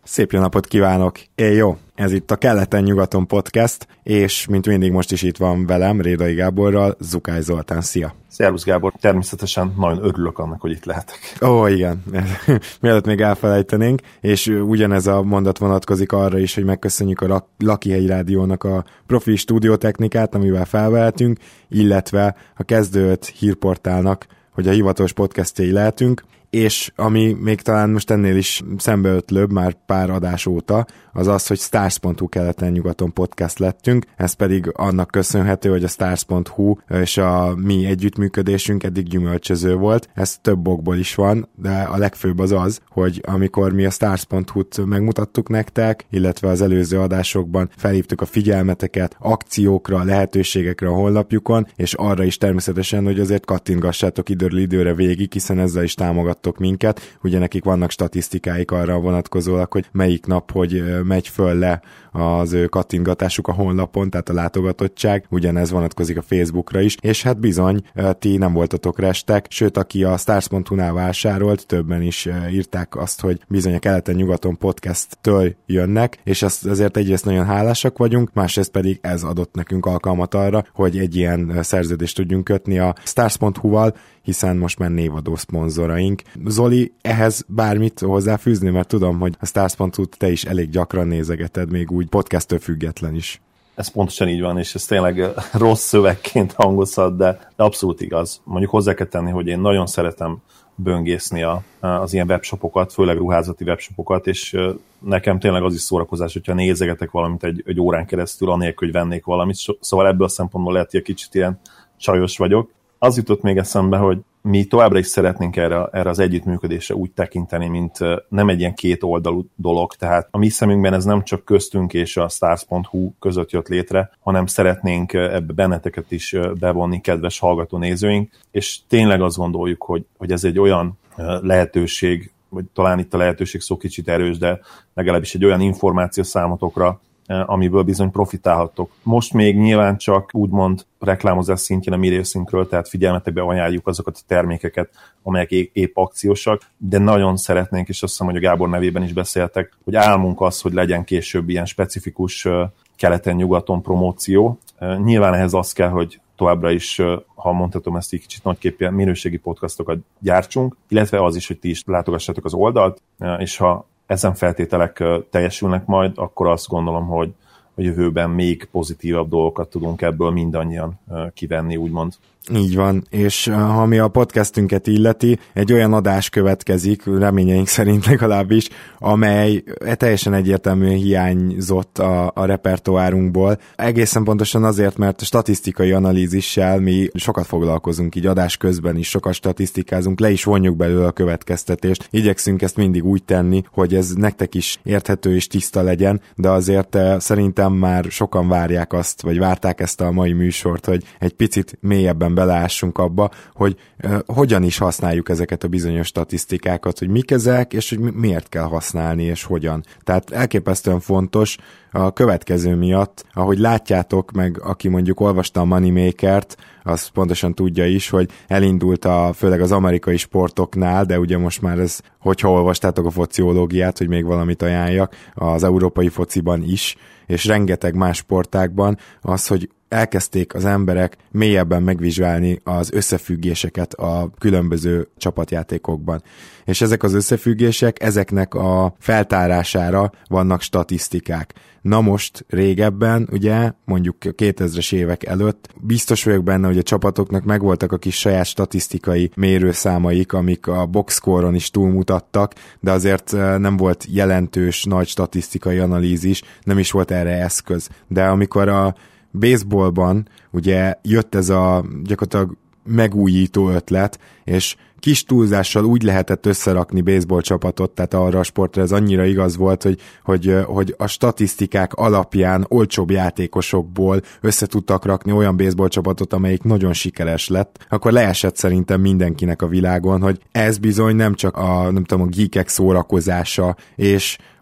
Szép jó napot kívánok! Jó, ez itt a Keleten-nyugaton podcast, és mint mindig most is itt van velem, Rédai Gáborral, Zukály Zoltán. Szia! Szervusz Gábor, természetesen nagyon örülök annak, hogy itt lehetek. Ó, igen, mielőtt még elfelejtenénk, és ugyanez a mondat vonatkozik arra is, hogy megköszönjük a Lakihegy Rádiónak a profi stúdiótechnikát, amivel felvehetünk, illetve a Kezdő 5 hírportálnak, hogy a hivatalos podcastjai lehetünk, és ami még talán most ennél is szembeötlőbb már pár adás óta, az az, hogy Stars.hu Keleten-nyugaton podcast lettünk, ez pedig annak köszönhető, hogy a Stars.hu és a mi együttműködésünk eddig gyümölcsöző volt. Ez több okból is van, de a legfőbb az az, hogy amikor mi a Stars.hu-t megmutattuk nektek, illetve az előző adásokban felhívtuk a figyelmeteket akciókra, lehetőségekre a honlapjukon, és arra is természetesen, hogy azért kattintgassátok időről időre végig, hiszen ezzel is támogattok minket. Ugye nekik vannak statisztikáik arra vonatkozólag, hogy melyik nap, hogy megy föl le az ő kattintgatásuk a honlapon, tehát a látogatottság, ugyanez vonatkozik a Facebookra is, és hát bizony, ti nem voltatok restek, sőt, aki a Stars.hu-nál vásárolt, többen is írták azt, hogy bizony a Keleten-nyugaton podcast-től jönnek, és ezért egyrészt nagyon hálásak vagyunk, másrészt pedig ez adott nekünk alkalmat arra, hogy egy ilyen szerződést tudjunk kötni a Stars.hu-val, hiszen most már névadó szponzoraink. Zoli, ehhez bármit hozzáfűzni, mert tudom, hogy a Stars.hu-t te is elég gyakran nézegeted, még úgy podcasttől független is. Ez pontosan így van, és ez tényleg rossz szövegként hangozhat, de abszolút igaz. Mondjuk hozzá kell tenni, hogy én nagyon szeretem böngészni az ilyen webshopokat, főleg ruházati webshopokat, és nekem tényleg az is szórakozás, hogyha nézegetek valamit egy órán keresztül, anélkül, hogy vennék valamit. Szóval ebből a szempontból lehet, hogy egy kicsit ilyen csajos vagyok. Az jutott még eszembe, hogy mi továbbra is szeretnénk erre az együttműködésre úgy tekinteni, mint nem egy ilyen kétoldalú dolog, tehát a mi szemünkben ez nem csak köztünk és a Stars.hu között jött létre, hanem szeretnénk ebbe benneteket is bevonni, kedves hallgató nézőink, és tényleg azt gondoljuk, hogy ez egy olyan lehetőség, vagy talán itt a lehetőség szó kicsit erős, de legalábbis egy olyan információ számotokra, amiből bizony profitálhattok. Most még nyilván csak úgymond reklámozás szintjén a mi részünkről, tehát figyelmetekbe ajánljuk azokat a termékeket, amelyek épp akciósak, de nagyon szeretnénk, és azt hiszem, hogy a Gábor nevében is beszéltek, hogy álmunk az, hogy legyen később ilyen specifikus keleten-nyugaton promóció. Nyilván ehhez az kell, hogy továbbra is, ha mondhatom ezt így kicsit nagyképpen, minőségi podcastokat gyártsunk, illetve az is, hogy ti is látogassátok az oldalt, és ha ezen feltételek teljesülnek majd, akkor azt gondolom, hogy a jövőben még pozitívabb dolgokat tudunk ebből mindannyian kivenni, úgymond. Így van, és ha mi a podcastünket illeti, egy olyan adás következik, reményeink szerint legalábbis, amely teljesen egyértelműen hiányzott a repertoárunkból. Egészen pontosan azért, mert a statisztikai analízissel mi sokat foglalkozunk, így adás közben is sokat statisztikázunk, le is vonjuk belőle a következtetést. Igyekszünk ezt mindig úgy tenni, hogy ez nektek is érthető és tiszta legyen, de azért szerintem már sokan várják azt, vagy várták ezt a mai műsort, hogy egy picit mélyebben beleássunk abba, hogy hogyan is használjuk ezeket a bizonyos statisztikákat, hogy mik ezek, és hogy miért kell használni, és hogyan. Tehát elképesztően fontos a következő miatt, ahogy látjátok meg, aki mondjuk olvasta a Moneymaker-t, az pontosan tudja is, hogy elindult főleg az amerikai sportoknál, de ugye most már ez, hogyha olvastátok a fociológiát, hogy még valamit ajánljak, az európai fociban is, és rengeteg más sportágban az, hogy elkezdték az emberek mélyebben megvizsgálni az összefüggéseket a különböző csapatjátékokban. És ezek az összefüggések, ezeknek a feltárására vannak statisztikák. Na most régebben, ugye, mondjuk 2000-es évek előtt, biztos vagyok benne, hogy a csapatoknak megvoltak a kis saját statisztikai mérőszámaik, amik a boxscore-on is túlmutattak, de azért nem volt jelentős nagy statisztikai analízis, nem is volt erre eszköz. De amikor a baseballban ugye jött ez a gyakorlatilag megújító ötlet, és kis túlzással úgy lehetett összerakni baseball csapatot, tehát arra a sportra ez annyira igaz volt, hogy a statisztikák alapján olcsóbb játékosokból össze tudtak rakni olyan baseball csapatot, amelyik nagyon sikeres lett, akkor leesett szerintem mindenkinek a világon, hogy ez bizony nem csak a geekek szórakozása, és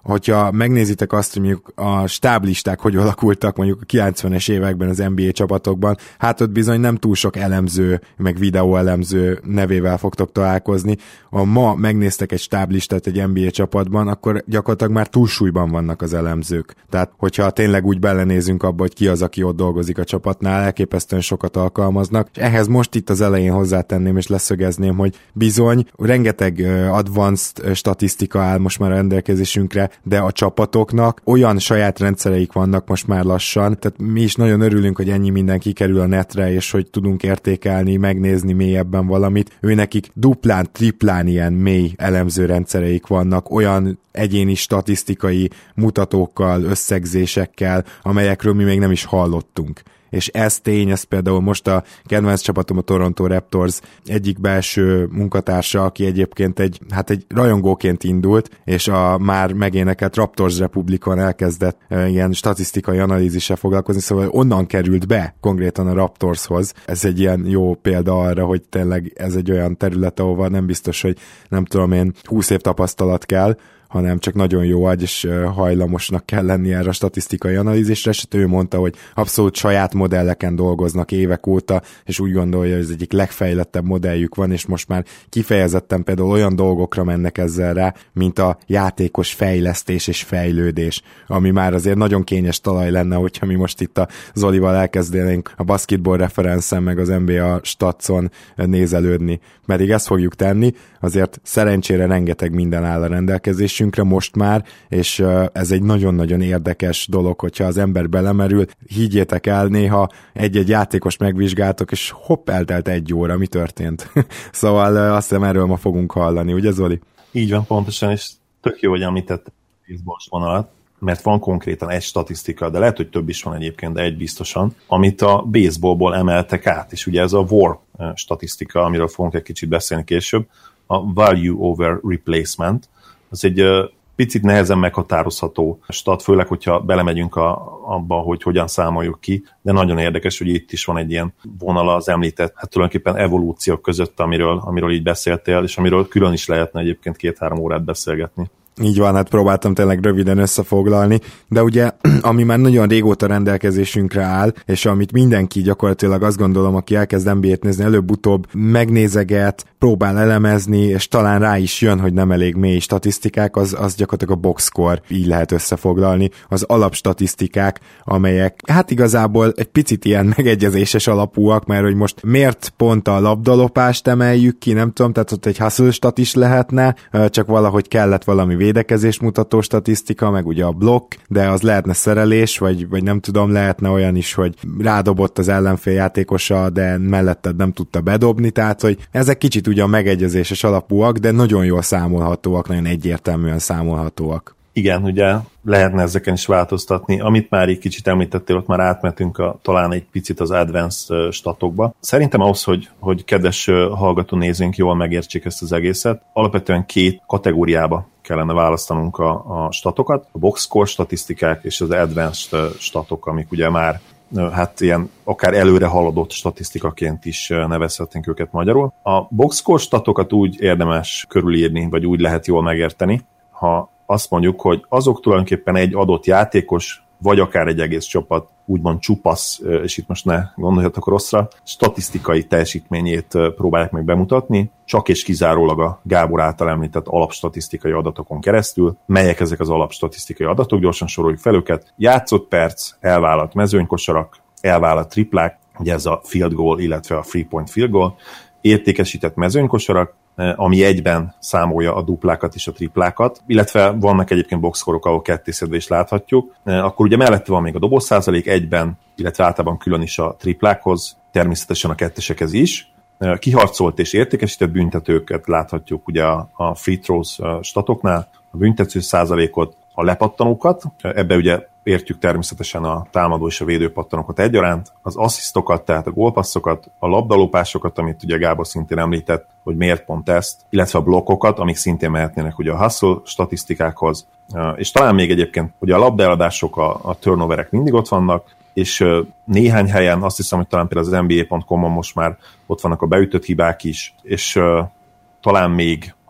hogyha megnézitek azt, hogy mondjuk a stáblisták hogy alakultak mondjuk a 90-es években az NBA csapatokban, hát ott bizony nem túl sok elemző, meg videóelemző nevével fogtok találkozni. Ha ma megnéztek egy stáblistát egy NBA csapatban, akkor gyakorlatilag már túlsúlyban vannak az elemzők. Tehát, hogyha tényleg úgy belenézünk abba, hogy ki az, aki ott dolgozik a csapatnál, elképesztően sokat alkalmaznak. És ehhez most itt az elején hozzátenném és leszögezném, hogy bizony rengeteg advanced statisztika áll most már a rendelkezésünkre, de a csapatoknak olyan saját rendszereik vannak most már lassan, tehát mi is nagyon örülünk, hogy ennyi minden kikerül a netre, és hogy tudunk értékelni, megnézni mélyebben valamit. Őnekik duplán, triplán ilyen mély elemző rendszereik vannak, olyan egyéni statisztikai mutatókkal, összegzésekkel, amelyekről mi még nem is hallottunk. És ez tény, ez például most a kedvenc csapatom, a Toronto Raptors egyik belső munkatársa, aki egyébként egy rajongóként indult, és a már megénekelt Raptors Republikon elkezdett ilyen statisztikai analízissel foglalkozni, szóval onnan került be konkrétan a Raptorshoz. Ez egy ilyen jó példa arra, hogy tényleg ez egy olyan terület, ahova nem biztos, hogy nem tudom én 20 év tapasztalat kell, hanem csak nagyon jó agy, és hajlamosnak kell lenni erre a statisztikai analízisre, és ő mondta, hogy abszolút saját modelleken dolgoznak évek óta, és úgy gondolja, hogy ez egyik legfejlettebb modelljük van, és most már kifejezetten például olyan dolgokra mennek ezzel rá, mint a játékos fejlesztés és fejlődés, ami már azért nagyon kényes talaj lenne, hogyha mi most itt a Zolival elkezdenénk a basketball referencen, meg az NBA statson nézelődni. Pedig ezt fogjuk tenni, azért szerencsére rengeteg minden áll a rendelkezésünkre most már, és ez egy nagyon-nagyon érdekes dolog, hogyha az ember belemerül. Higgyétek el, néha egy-egy játékos megvizsgáltok, és hopp, eltelt 1 óra, mi történt? Szóval azt hiszem erről ma fogunk hallani, ugye Zoli? Így van, pontosan, és tök jó, hogy említett a baseball vonalat, mert van konkrétan egy statisztika, de lehet, hogy több is van egyébként, de egy biztosan, amit a baseballból emeltek át, és ugye ez a WAR statisztika, amiről fogunk egy kicsit beszélni később, a Value over Replacement, az egy picit nehezen meghatározható stat, főleg, hogyha belemegyünk abba, hogy hogyan számoljuk ki, de nagyon érdekes, hogy itt is van egy ilyen vonala az említett, hát tulajdonképpen evolúciók között, amiről így beszéltél, és amiről külön is lehetne egyébként 2-3 órát beszélgetni. Így van, hát próbáltam tényleg röviden összefoglalni, de ugye, ami már nagyon régóta rendelkezésünkre áll, és amit mindenki gyakorlatilag azt gondolom, aki elkezd NBA-t nézni, előbb-utóbb megnézeget, próbál elemezni, és talán rá is jön, hogy nem elég mély statisztikák, az gyakorlatilag a boxscore, így lehet összefoglalni, az alapstatisztikák, amelyek hát igazából egy picit ilyen megegyezéses alapúak, mert hogy most miért pont a labdalopást emeljük ki, nem tudom, tehát ott egy hustle stat is lehetne, csak valahogy kellett valami védekezést mutató statisztika, meg ugye a blokk, de az lehetne szerelés, vagy nem tudom, lehetne olyan is, hogy rádobott az ellenfél játékosa, de melletted nem tudta bedobni, tehát hogy ezek kicsit ugyan megegyezéses alapúak, de nagyon jól számolhatóak, nagyon egyértelműen számolhatóak. Igen, ugye lehetne ezeken is változtatni. Amit már egy kicsit említettél, ott már átmentünk talán egy picit az advanced statokba. Szerintem ahhoz, hogy kedves hallgató nézőink jól megértsék ezt az egészet, alapvetően 2 kategóriába kellene választanunk a statokat, a box score statisztikák és az advanced statok, amik ugye már hát ilyen akár előre haladott statisztikaként is nevezhetnénk őket magyarul. A box score statokat úgy érdemes körülírni, vagy úgy lehet jól megérteni, ha azt mondjuk, hogy azok tulajdonképpen egy adott játékos, vagy akár egy egész csapat, úgymond csupasz, és itt most ne gondoljatok rosszra, statisztikai teljesítményét próbálják meg bemutatni, csak és kizárólag a Gábor által említett alapstatisztikai adatokon keresztül. Melyek ezek az alapstatisztikai adatok? Gyorsan soroljuk fel őket. Játszott perc, elvállalt mezőnykosarak, elvállalt triplák, ugye ez a field goal, illetve a free point field goal, értékesített mezőnykosarak, ami egyben számolja a duplákat és a triplákat, illetve vannak egyébként boxscore-ok, ahol kettészedve is láthatjuk. Akkor ugye mellette van még a dobos százalék egyben, illetve általában külön is a triplákhoz, természetesen a kettesekhez is. Kiharcolt és értékesített büntetőket láthatjuk ugye a free throws statoknál, a büntető százalékot, a lepattanókat, ebbe ugye értjük természetesen a támadó és a védőpattanókat egyaránt, az asszisztokat, tehát a gólpasszokat, a labdalopásokat, amit ugye Gábor szintén említett, hogy miért pont ezt, illetve a blokkokat, amik szintén mehetnének ugye a hustle statisztikákhoz, és talán még egyébként ugye a labdaeladások, a turnoverek mindig ott vannak, és néhány helyen azt hiszem, hogy talán például az NBA.com-on most már ott vannak a beütött hibák is, és talán még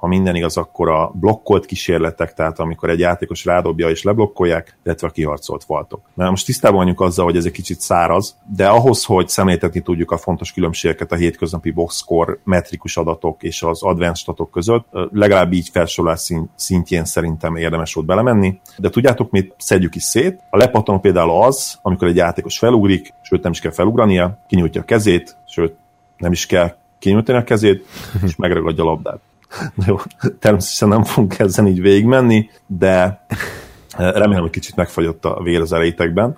ha minden igaz, akkor a blokkolt kísérletek, tehát amikor egy játékos rádobja és leblokkolják, illetve a kiharcolt faltok. Na most tisztában vagyunk azzal, hogy ez egy kicsit száraz, de ahhoz, hogy szemléltetni tudjuk a fontos különbségeket a hétköznapi boxscore metrikus adatok és az advanced adatok között, legalább így felsorolás szintjén szerintem érdemes volt belemenni. De tudjátok mit? Szedjük is szét. A lepattanó például az, amikor egy játékos felugrik, sőt nem is kell felugrania, kinyújtja a kezét, sőt nem is kell kinyújtani a kezét, és megragadja a labdát. Na jó, természetesen nem fogunk ezzel így végigmenni, de remélem, hogy kicsit megfagyott a vér az elejétekben.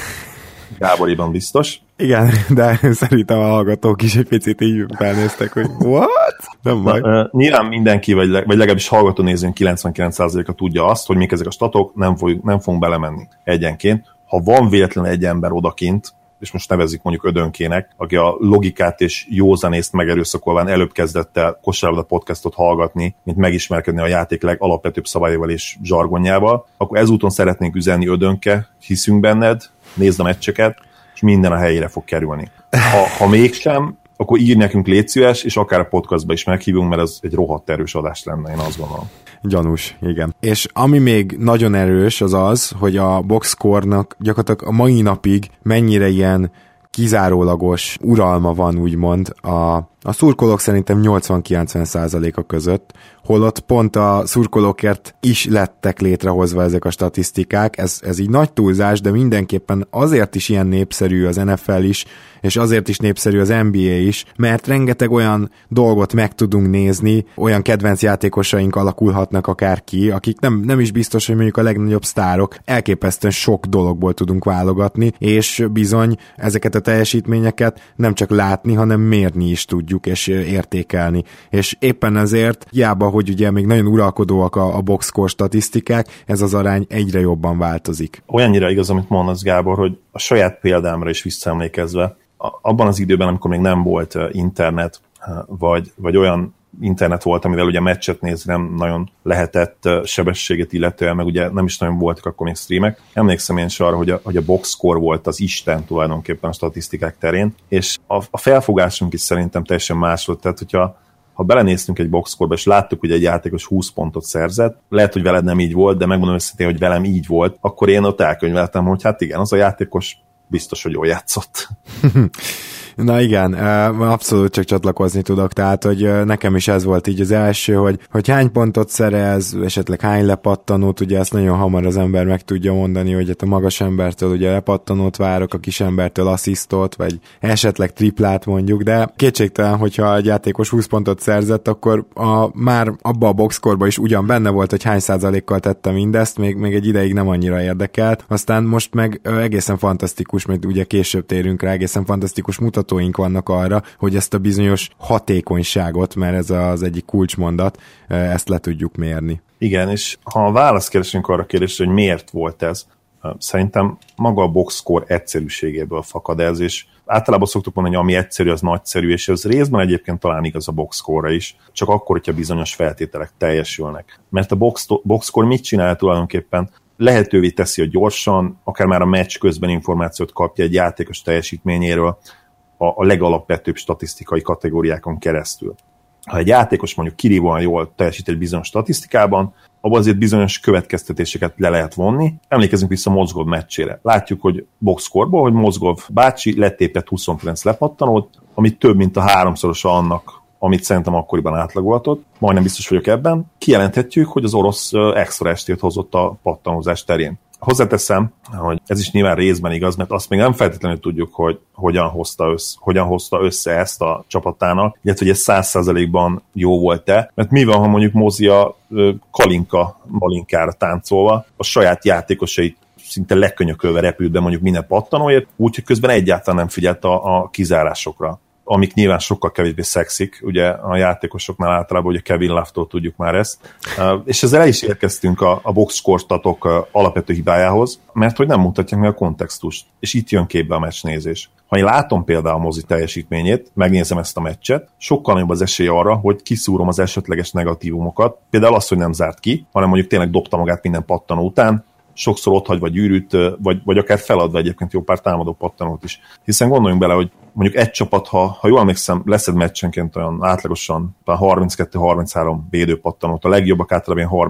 Gáboriban biztos. Igen, de szerintem a hallgatók is egy picit így felnéztek, hogy what? Nem baj. Nyilván mindenki, vagy legalábbis hallgató nézőnk 99%-a tudja azt, hogy mik ezek a statok, nem fogunk belemenni egyenként. Ha van véletlen egy ember odakint, és most nevezzük mondjuk Ödönkének, aki a logikát és józanészt megerőszakolván előbb kezdett el kosárlabda podcastot hallgatni, mint megismerkedni a játék legalapvetőbb szabályával és zsargonjával, akkor ezúton szeretnénk üzenni: Ödönke, hiszünk benned, nézd a meccseket, és minden a helyére fog kerülni. Ha mégsem, akkor írj nekünk, légy szíves, és akár a podcastba is meghívunk, mert ez egy rohadt erős adás lenne, én azt gondolom. Gyanús, igen. És ami még nagyon erős, az az, hogy a boxscore-nak gyakorlatilag a mai napig mennyire ilyen kizárólagos uralma van, úgymond, a szurkolók szerintem 80-90%-a között, holott pont a szurkolókért is lettek létrehozva ezek a statisztikák. Ez így nagy túlzás, de mindenképpen azért is ilyen népszerű az NFL is, és azért is népszerű az NBA is, mert rengeteg olyan dolgot meg tudunk nézni, olyan kedvenc játékosaink alakulhatnak akár ki, akik nem is biztos, hogy mondjuk a legnagyobb sztárok, elképesztően sok dologból tudunk válogatni, és bizony ezeket a teljesítményeket nem csak látni, hanem mérni is tudjuk, és értékelni. És éppen ezért, hiába, hogy ugye még nagyon uralkodóak a boxscore statisztikák, ez az arány egyre jobban változik. Olyannyira igaz, amit mondasz, Gábor, hogy a saját példámra is visszaemlékezve, abban az időben, amikor még nem volt internet, vagy olyan internet volt, amivel ugye meccset nézni nem nagyon lehetett sebességet illetően, meg ugye nem is nagyon voltak akkor még streamek. Emlékszem én is arra, hogy a boxscore volt az isten tulajdonképpen a statisztikák terén, és a felfogásunk is szerintem teljesen más volt. Tehát, ha belenéztünk egy boxscore-ba, és láttuk, hogy egy játékos 20 pontot szerzett, lehet, hogy veled nem így volt, de megmondom őszintén, hogy velem így volt, akkor én ott elkönyveltem, hogy hát igen, az a játékos biztos, hogy jól játszott. Na igen, abszolút csak csatlakozni tudok, tehát, hogy nekem is ez volt így az első, hogy hány pontot szerez, esetleg hány lepattanót, ugye ezt nagyon hamar az ember meg tudja mondani, hogy hát a magas embertől ugye lepattanót várok, a kis embertől asszisztot, vagy esetleg triplát mondjuk, de kétségtelen, hogyha egy játékos 20 pontot szerzett, akkor már abba a boxscore-ba is ugyan benne volt, hogy hány százalékkal tette mindezt, még egy ideig nem annyira érdekelt, aztán most meg egészen fantasztikus, mert ugye később térünk rá, egészen fantasztikus mutatóink vannak arra, hogy ezt a bizonyos hatékonyságot, mert ez az egyik kulcsmondat, ezt le tudjuk mérni. Igen, és ha választ keresünk arra a kérdésre, hogy miért volt ez, szerintem maga a boxscore egyszerűségéből fakad ez, és általában szoktuk mondani, hogy ami egyszerű, az nagyszerű, és ez részben egyébként talán igaz a boxscore-ra is, csak akkor, hogyha bizonyos feltételek teljesülnek. Mert a boxscore mit csinál tulajdonképpen? Lehetővé teszi, hogy gyorsan, akár már a meccs közben információt kapja egy játékos teljesítményéről a legalapvetőbb statisztikai kategóriákon keresztül. Ha egy játékos mondjuk kirívóan jól teljesít egy bizonyos statisztikában, abban azért bizonyos következtetéseket le lehet vonni. Emlékezzünk vissza Mozgov meccsére. Látjuk, hogy boxscore-ból, hogy Mozgov bácsi letépett 29 lepattanót, ami több, mint a 3-szorosa annak, amit szerintem akkoriban átlagolhatott. Majdnem biztos vagyok ebben. Kijelenthetjük, hogy az orosz extra estét hozott a pattanózás terén. Hozzáteszem, hogy ez is nyilván részben igaz, mert azt még nem feltétlenül tudjuk, hogy hogyan hozta össze ezt a csapatának, illetve hogy ez 100%-ban jó volt-e, mert mi van, ha mondjuk Mozi a Kalinka malinkára táncolva a saját játékosait szinte lekönyökölve repült be mondjuk minden pattanóért, úgyhogy közben egyáltalán nem figyelt a kizárásokra, amik nyilván sokkal kevésbé szexik, ugye a játékosoknál általában, ugye Kevin Love-tól tudjuk már ezt. És ezzel el is érkeztünk a boxscore statok alapvető hibájához, mert hogy nem mutatják meg a kontextust, és itt jön képbe a meccsnézés. Ha én látom például a Mozi teljesítményét, megnézem ezt a meccset, sokkal nagyobb az esély arra, hogy kiszúrom az esetleges negatívumokat, például azt, hogy nem zárt ki, hanem mondjuk tényleg dobta magát minden pattanó után, sokszor otthagyva gyűrűt, vagy akár feladva egyébként jó pár támadó pattanót is. Hiszen gondoljunk bele, hogy mondjuk egy csapat, ha jól emlékszem, leszed meccsenként olyan átlagosan 32-33 védőpattanót, a legjobbak általában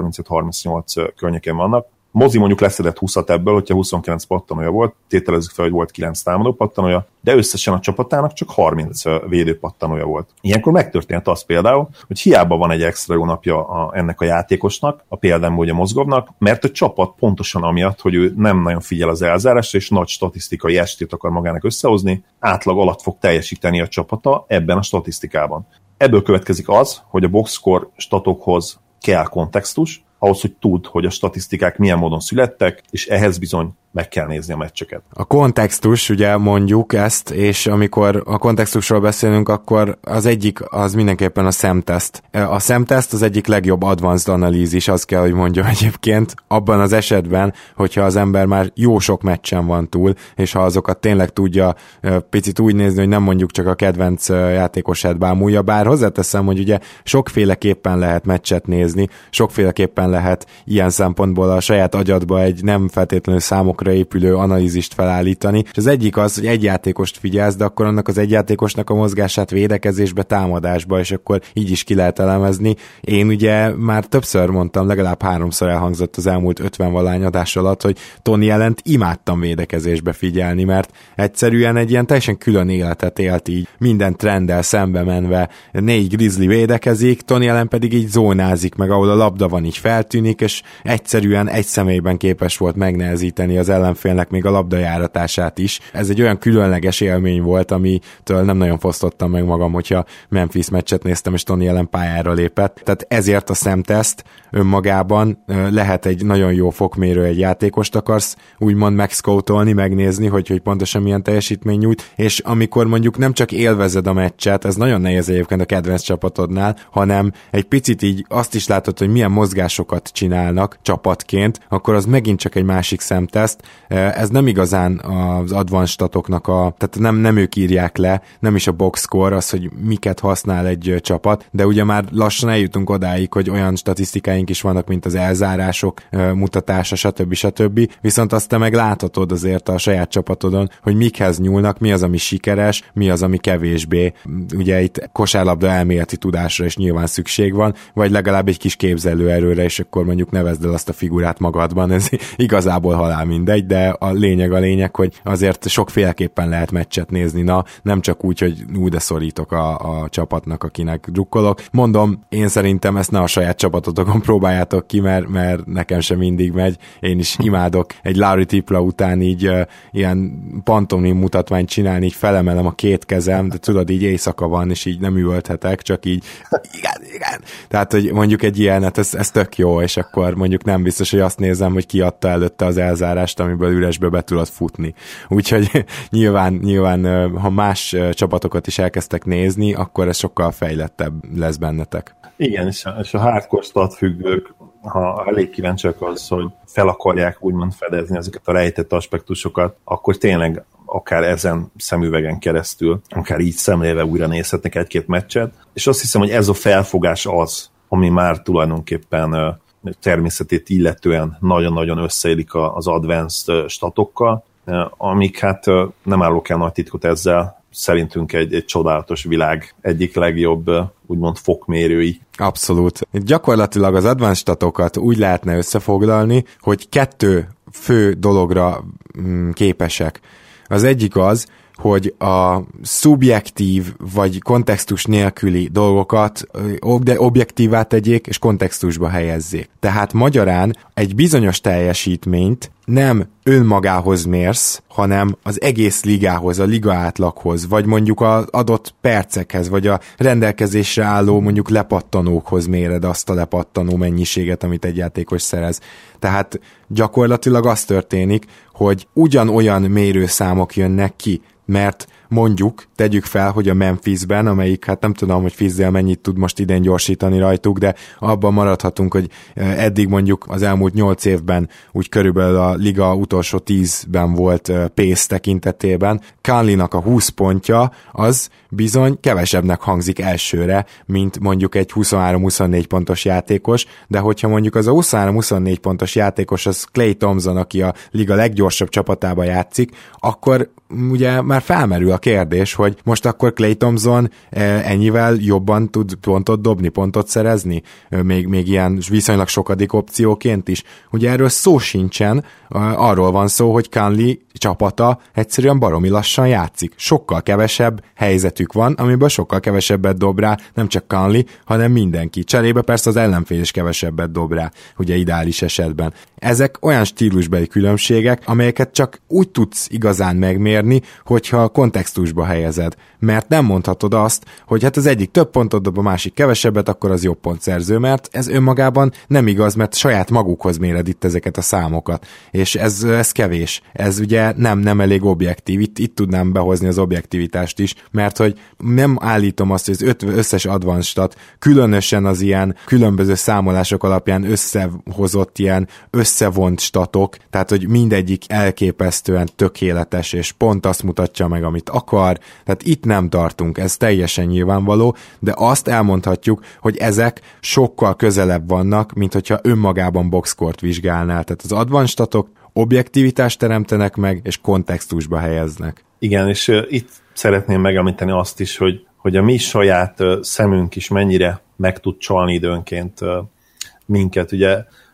36-35-38 környékén vannak. Mozi mondjuk leszedett 20-at ebből, hogyha 29 pattanója volt, tételezzük fel, hogy volt 9 támadó pattanója, de összesen a csapatának csak 30 védő pattanója volt. Ilyenkor megtörtént az például, hogy hiába van egy extra jó napja ennek a játékosnak, a például ugye Mozgovnak, mert a csapat pontosan amiatt, hogy ő nem nagyon figyel az elzárásra, és nagy statisztikai estét akar magának összehozni, átlag alatt fog teljesíteni a csapata ebben a statisztikában. Ebből következik az, hogy a boxscore statokhoz kell kontextus, ahhoz, hogy tudd, hogy a statisztikák milyen módon születtek, és ehhez bizony meg kell nézni a meccseket. A kontextus, ugye mondjuk ezt, és amikor a kontextusról beszélünk, akkor az egyik az mindenképpen a szemteszt. A szemteszt az egyik legjobb advanced analízis, azt kell, hogy mondjam egyébként, abban az esetben, hogyha az ember már jó sok meccsen van túl, és ha azokat tényleg tudja picit úgy nézni, hogy nem mondjuk csak a kedvenc játékosát bámulja, bár hozzáteszem, hogy ugye sokféleképpen lehet meccset nézni, sokféleképpen lehet ilyen szempontból a saját agyadba egy nem feltétlenül számokra épülő analízist felállítani, és az egyik az, hogy egy játékost figyelsz, de akkor annak az egy játékosnak a mozgását védekezésbe, támadásba, és akkor így is ki lehet elemezni. Én ugye már többször mondtam, legalább 3-szor elhangzott az elmúlt 50-valány adás alatt, hogy Tony Allent imádtam védekezésbe figyelni, mert egyszerűen egy ilyen teljesen külön életet élt így, minden trenddel szembe menve, 4 Grizzly védekezik, Tony Allen pedig így zónázik meg, ahol a labda van, így feltűnik, és egyszerűen egy személyben képes volt megnehezíteni az ellenfélnek még a labdajáratását is. Ez egy olyan különleges élmény volt, amitől nem nagyon fosztottam meg magam, hogyha Memphis meccset néztem, és Tony Allen pályára lépett. Tehát ezért a szemteszt önmagában lehet egy nagyon jó fokmérő, egy játékost akarsz úgymond megscoutolni, megnézni, hogy pontosan milyen teljesítmény nyújt, és amikor mondjuk nem csak élvezed a meccset, ez nagyon nehéz egyébként a kedvenc csapatodnál, hanem egy picit így azt is látod, hogy milyen mozgásokat csinálnak csapatként, akkor az megint csak egy másik szemteszt. Ez nem igazán az advanced statoknak tehát nem ők írják le, nem is a box score az, hogy miket használ egy csapat, de ugye már lassan eljutunk odáig, hogy olyan statisztikáink is vannak, mint az elzárások mutatása, stb. Viszont azt te meg láthatod azért a saját csapatodon, hogy mikhez nyúlnak, mi az, ami sikeres, mi az, ami kevésbé. Ugye itt kosárlabda elméleti tudásra is nyilván szükség van, vagy legalább egy kis képzelőerőre, és akkor mondjuk nevezd el azt a figurát magadban, ez igazából halál mindegy, de a lényeg, hogy azért sokféleképpen lehet meccset nézni, nem csak úgy, hogy de szorítok a csapatnak, akinek drukkolok. Mondom, én szerintem ezt ne a saját csapatotokon próbáljátok ki, mert nekem sem mindig megy. Én is imádok egy Larry Tipla után így ilyen pantomim mutatványt csinálni, így felemelem a két kezem, de tudod, így éjszaka van, és így nem üvölthetek, csak így igen. Tehát, hogy mondjuk egy ilyenet, ez tök jó, és akkor mondjuk nem biztos, hogy azt nézem, hogy ki adta előtte az elzárást, amiből üresbe be tudod futni. Úgyhogy nyilván, ha más csapatokat is elkezdtek nézni, akkor ez sokkal fejlettebb lesz bennetek. Igen, és a hardcore stat függők, ha elég kíváncsiak az, hogy fel akarják úgymond fedezni ezeket a rejtett aspektusokat, akkor tényleg akár ezen szemüvegen keresztül, akár így szemlélve újra nézhetnek egy-két meccset, és azt hiszem, hogy ez a felfogás az, ami már tulajdonképpen természetét illetően nagyon-nagyon összeélik az advanced statokkal, amik hát nem árulok el nagy titkot ezzel, szerintünk egy csodálatos világ egyik legjobb úgymond fokmérői. Abszolút. Gyakorlatilag az advanced statokat úgy lehetne összefoglalni, hogy 2 fő dologra képesek. Az egyik az, hogy a szubjektív vagy kontextus nélküli dolgokat objektívá tegyék és kontextusba helyezzék. Tehát magyarán egy bizonyos teljesítményt nem önmagához mérsz, hanem az egész ligához, a liga átlaghoz, vagy mondjuk az adott percekhez, vagy a rendelkezésre álló mondjuk lepattanókhoz méred azt a lepattanó mennyiséget, amit egy játékos szerez. Tehát gyakorlatilag az történik, hogy ugyanolyan mérőszámok jönnek ki, mert mondjuk, tegyük fel, hogy a Memphisben, amelyik, hát nem tudom, hogy Fizdale mennyit tud most idén gyorsítani rajtuk, de abban maradhatunk, hogy eddig mondjuk az elmúlt 8 évben úgy körülbelül a liga utolsó 10-ben volt pace tekintetében. Conley-nak a 20 pontja az bizony kevesebbnek hangzik elsőre, mint mondjuk egy 23-24 pontos játékos, de hogyha mondjuk az a 23-24 pontos játékos az Klay Thompson, aki a liga leggyorsabb csapatába játszik, akkor ugye már felmerül a kérdés, hogy most akkor Klay Thompson ennyivel jobban tud pontot dobni, pontot szerezni, még ilyen viszonylag sokadik opcióként is. Ugye erről szó sincsen, arról van szó, hogy Conley csapata egyszerűen baromi lassan játszik. Sokkal kevesebb helyzetük van, amiből sokkal kevesebbet dob rá, nem csak Conley, hanem mindenki. Cserébe persze az ellenfél is kevesebbet dob rá, ugye ideális esetben. Ezek olyan stílusbeli különbségek, amelyeket csak úgy tudsz igazán megmérni, hogyha kontextusba helyezed. Mert nem mondhatod azt, hogy hát az egyik több pontot dob, a másik kevesebbet, akkor az jobb pontszerző, mert ez önmagában nem igaz, mert saját magukhoz méred itt ezeket a számokat. És ez kevés. Ez ugye nem elég objektív. Itt tudnám behozni az objektivitást is, mert hogy nem állítom azt, hogy az összes advanced stat, különösen az ilyen különböző számolások alapján összehozott ilyen összevont statok, tehát hogy mindegyik elképesztően tökéletes, és pont azt mutatja meg, amit akar, tehát itt nem tartunk, ez teljesen nyilvánvaló, de azt elmondhatjuk, hogy ezek sokkal közelebb vannak, mint hogyha önmagában boxscore-t vizsgálnál, tehát az advanced statok objektivitást teremtenek meg, és kontextusba helyeznek. Igen, és itt szeretném megemlíteni azt is, hogy a mi saját szemünk is mennyire meg tud csalni időnként minket. Ugye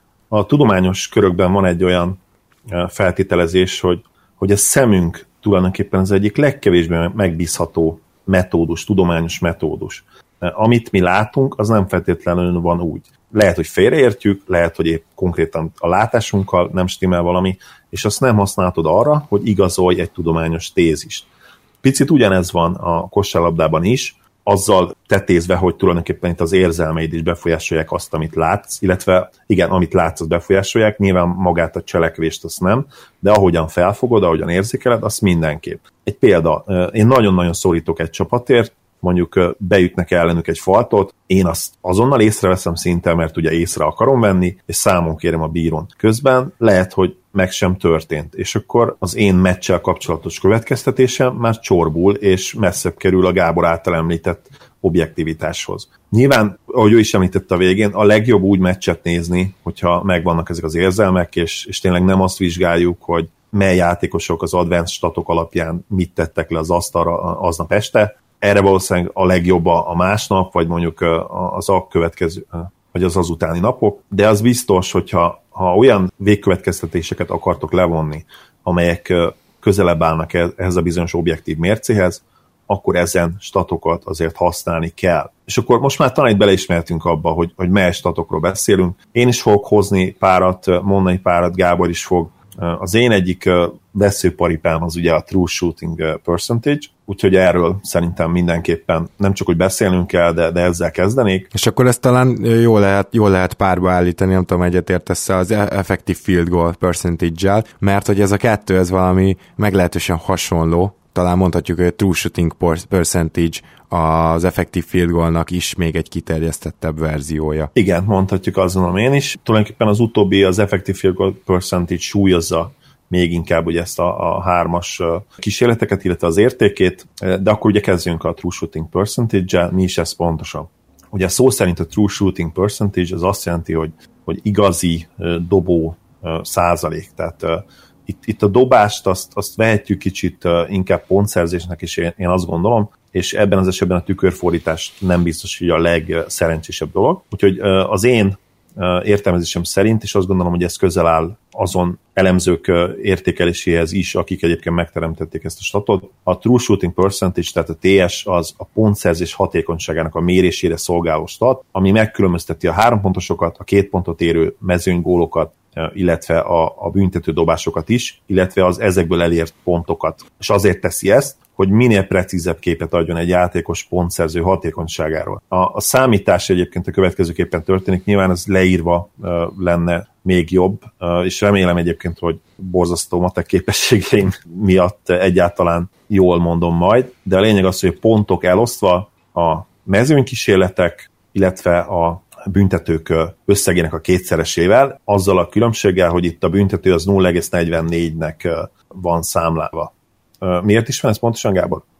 a tudományos körökben van egy olyan feltételezés, hogy a szemünk tulajdonképpen az egyik legkevésbé megbízható metódus, tudományos metódus. Amit mi látunk, az nem feltétlenül van úgy. Lehet, hogy félreértjük, lehet, hogy épp konkrétan a látásunkkal nem stimmel valami, és azt nem használhatod arra, hogy igazolj egy tudományos tézist. Picit ugyanez van a kosárlabdában is, azzal tetézve, hogy tulajdonképpen itt az érzelmeid is befolyásolják azt, amit látsz, illetve igen, amit látsz, azt befolyásolják, nyilván magát a cselekvést azt nem, de ahogyan felfogod, ahogyan érzékeled, azt mindenképp. Egy példa, én nagyon-nagyon szorítok egy csapatért, mondjuk beütnek ellenük egy faltot, én azt azonnal észreveszem szinte, mert ugye észre akarom venni, és számon kérem a bírón. Közben lehet, hogy meg sem történt, és akkor az én meccsel kapcsolatos következtetésem már csorbul, és messzebb kerül a Gábor által említett objektivitáshoz. Nyilván, ahogy ő is említette a végén, a legjobb úgy meccset nézni, hogyha megvannak ezek az érzelmek, és tényleg nem azt vizsgáljuk, hogy mely játékosok az advanced statok alapján mit tettek le az asztalra aznap este. Erre valószínűleg a legjobb a másnap, vagy mondjuk az a következő, vagy az utáni napok, de az biztos, hogyha olyan végkövetkeztetéseket akartok levonni, amelyek közelebb állnak ehhez a bizonyos objektív mércéhez, akkor ezen statokat azért használni kell. És akkor most már talán bele is mehetünk abba, hogy mely statokról beszélünk. Én is fogok hozni párat, mondani párat, Gábor is fog. Az én egyik veszőparipám az ugye a true shooting percentage, úgyhogy erről szerintem mindenképpen nem csak, hogy beszélnünk kell, de ezzel kezdenék. És akkor ezt talán jól lehet párba állítani, nem tudom, egyetértesz az effective field goal percentage-gel, mert hogy ez a kettő, ez valami meglehetősen hasonló, talán mondhatjuk, hogy a true shooting percentage az effective field goalnak is még egy kiterjesztettebb verziója. Igen, mondhatjuk, azt mondom én is. Tulajdonképpen az utóbbi, az effective field goal percentage súlyozza még inkább ugye ezt a hármas kísérleteket, illetve az értékét, de akkor ugye kezdjünk a true shooting percentage-el, mi is ez pontosan. Ugye szó szerint a true shooting percentage az azt jelenti, hogy igazi dobó százalék, tehát itt a dobást azt vehetjük kicsit inkább pontszerzésnek is, én azt gondolom, és ebben az esetben a tükörfordítás nem biztos, hogy a legszerencsésebb dolog. Úgyhogy az én értelmezésem szerint, és azt gondolom, hogy ez közel áll azon elemzők értékeléséhez is, akik egyébként megteremtették ezt a statot. A true shooting percentage, tehát a TS, az a pontszerzés hatékonyságának a mérésére szolgáló stat, ami megkülönbözteti a 3 pontosokat, a 2 pontot érő mezőnygólokat, illetve a büntető dobásokat is, illetve az ezekből elért pontokat. És azért teszi ezt, hogy minél precízebb képet adjon egy játékos pontszerző hatékonyságáról. A számítás egyébként a következőképpen történik, nyilván ez leírva lenne még jobb, és remélem egyébként, hogy borzasztó matek képességeim miatt egyáltalán jól mondom majd, de a lényeg az, hogy a pontok elosztva a mezőnykísérletek, illetve a büntetők összegének a kétszeresével, azzal a különbséggel, hogy itt a büntető az 0,44-nek van számlálva. Miért is van ez pontosan, Gábor?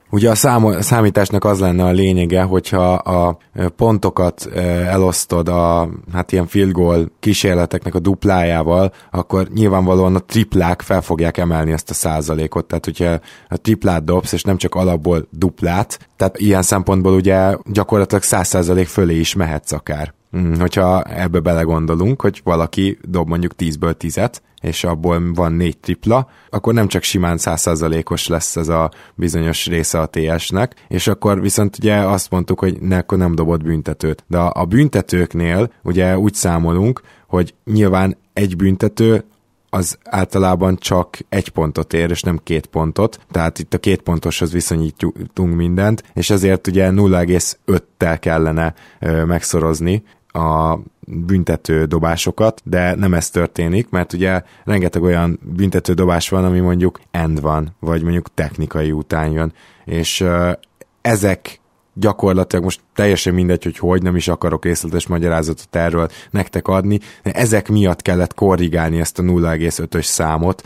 Ugye a számításnak az lenne a lényege, hogyha a pontokat elosztod a ilyen field goal kísérleteknek a duplájával, akkor nyilvánvalóan a triplák fel fogják emelni ezt a százalékot. Tehát, hogyha a triplát dobsz, és nem csak alapból duplát, tehát ilyen szempontból ugye gyakorlatilag 100% fölé is mehetsz akár. Hogyha ebbe belegondolunk, hogy valaki dob mondjuk 10-ből 10-et, és abból van 4 tripla, akkor nem csak simán 100%-os lesz ez a bizonyos része a TS-nek, és akkor viszont ugye azt mondtuk, hogy akkor nem dobott büntetőt. De a büntetőknél ugye úgy számolunk, hogy nyilván egy büntető az általában csak 1 pontot ér, és nem 2 pontot, tehát itt a 2 pontoshoz viszonyítunk mindent, és ezért ugye 0,5-tel kellene megszorozni a büntető dobásokat, de nem ez történik, mert ugye rengeteg olyan büntető dobás van, ami mondjuk end van, vagy mondjuk technikai után jön, és ezek gyakorlatilag most teljesen mindegy, hogy nem is akarok részletes magyarázatot erről nektek adni, de ezek miatt kellett korrigálni ezt a 0,5-ös számot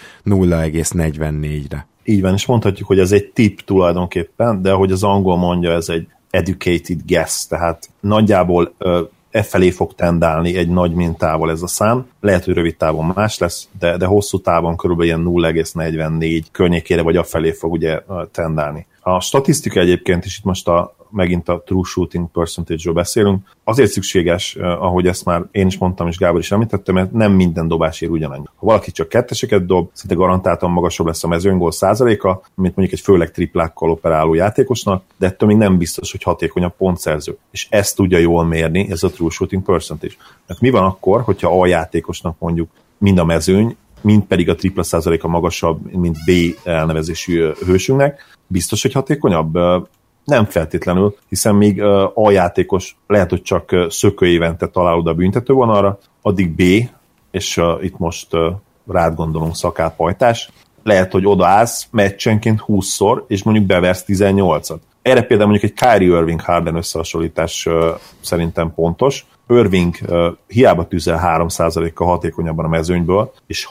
0,44-re. Így van, és mondhatjuk, hogy ez egy tip tulajdonképpen, de ahogy az angol mondja, ez egy educated guess, tehát nagyjából felé fog tendálni egy nagy mintával ez a szám. Lehet, hogy rövid távon más lesz, de hosszú távon körülbelül ilyen 0,44 környékére vagy afelé fog ugye tendálni. A statisztika egyébként is itt most megint a true shooting percentage-ről beszélünk. Azért szükséges, ahogy ezt már én is mondtam, és Gábor is említette, mert nem minden dobás ér ugyanannyi. Ha valaki csak ketteseket dob, szinte garantáltan magasabb lesz a mezőnygól százaléka, mint mondjuk egy főleg triplákkal operáló játékosnak, de ettől még nem biztos, hogy hatékonyabb pontszerző. És ezt tudja jól mérni, ez a true shooting percentage. Mert mi van akkor, hogyha A játékosnak mondjuk mind a mezőny, mind pedig a tripla százaléka magasabb, mint B elnevezésű hősünknek, biztos, hogy hatékonyabb? Nem feltétlenül, hiszen még A játékos lehet, hogy csak szökő évente talál oda a büntetővonalra, addig B, és itt most rád gondolunk szakállpajtás, lehet, hogy odaállsz meccsenként 20-szor, és mondjuk beversz 18-at. Erre például mondjuk egy Kyrie Irving-Harden összehasonlítás szerintem pontos. Irving hiába tüzel 3%-kal hatékonyabban a mezőnyből, és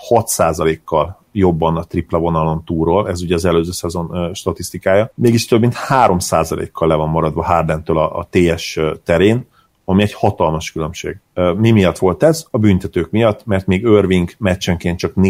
6%-kal jobban a tripla vonalon túlról, ez ugye az előző szezon statisztikája, mégis több mint 3%-kal le van maradva Hardentől a TS terén, ami egy hatalmas különbség. Mi miatt volt ez? A büntetők miatt, mert még Irving meccsenként csak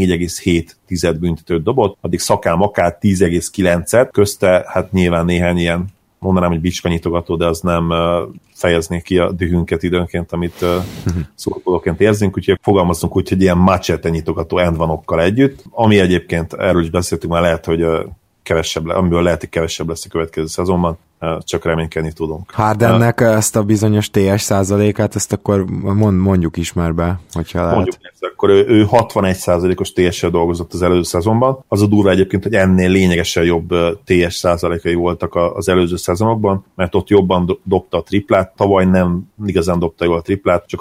4,7 büntetőt dobott, addig Szakál-Makál 10,9-et, közte hát nyilván néhány ilyen, mondanám, hogy bicskanyitogató, de az nem fejezné ki a dühünket időnként, amit szurkolóként érzünk, úgyhogy fogalmazunk úgy, hogy ilyen machete nyitogató endvanokkal együtt, ami egyébként, erről is beszéltünk már, lehet, hogy kevesebb, amiből lehet, hogy kevesebb lesz a következő szezonban, csak reménykedni tudunk. Hardennek ezt a bizonyos TS százalékát, ezt akkor mondjuk is már be, hogyha lehet. Mondjuk ezt, akkor ő 61%-os TS-sel dolgozott az előző szezonban. Az a durva egyébként, hogy ennél lényegesen jobb TS százalékai voltak az előző szezonokban, mert ott jobban dobta a triplát, tavaly nem igazán dobta jól a triplát, csak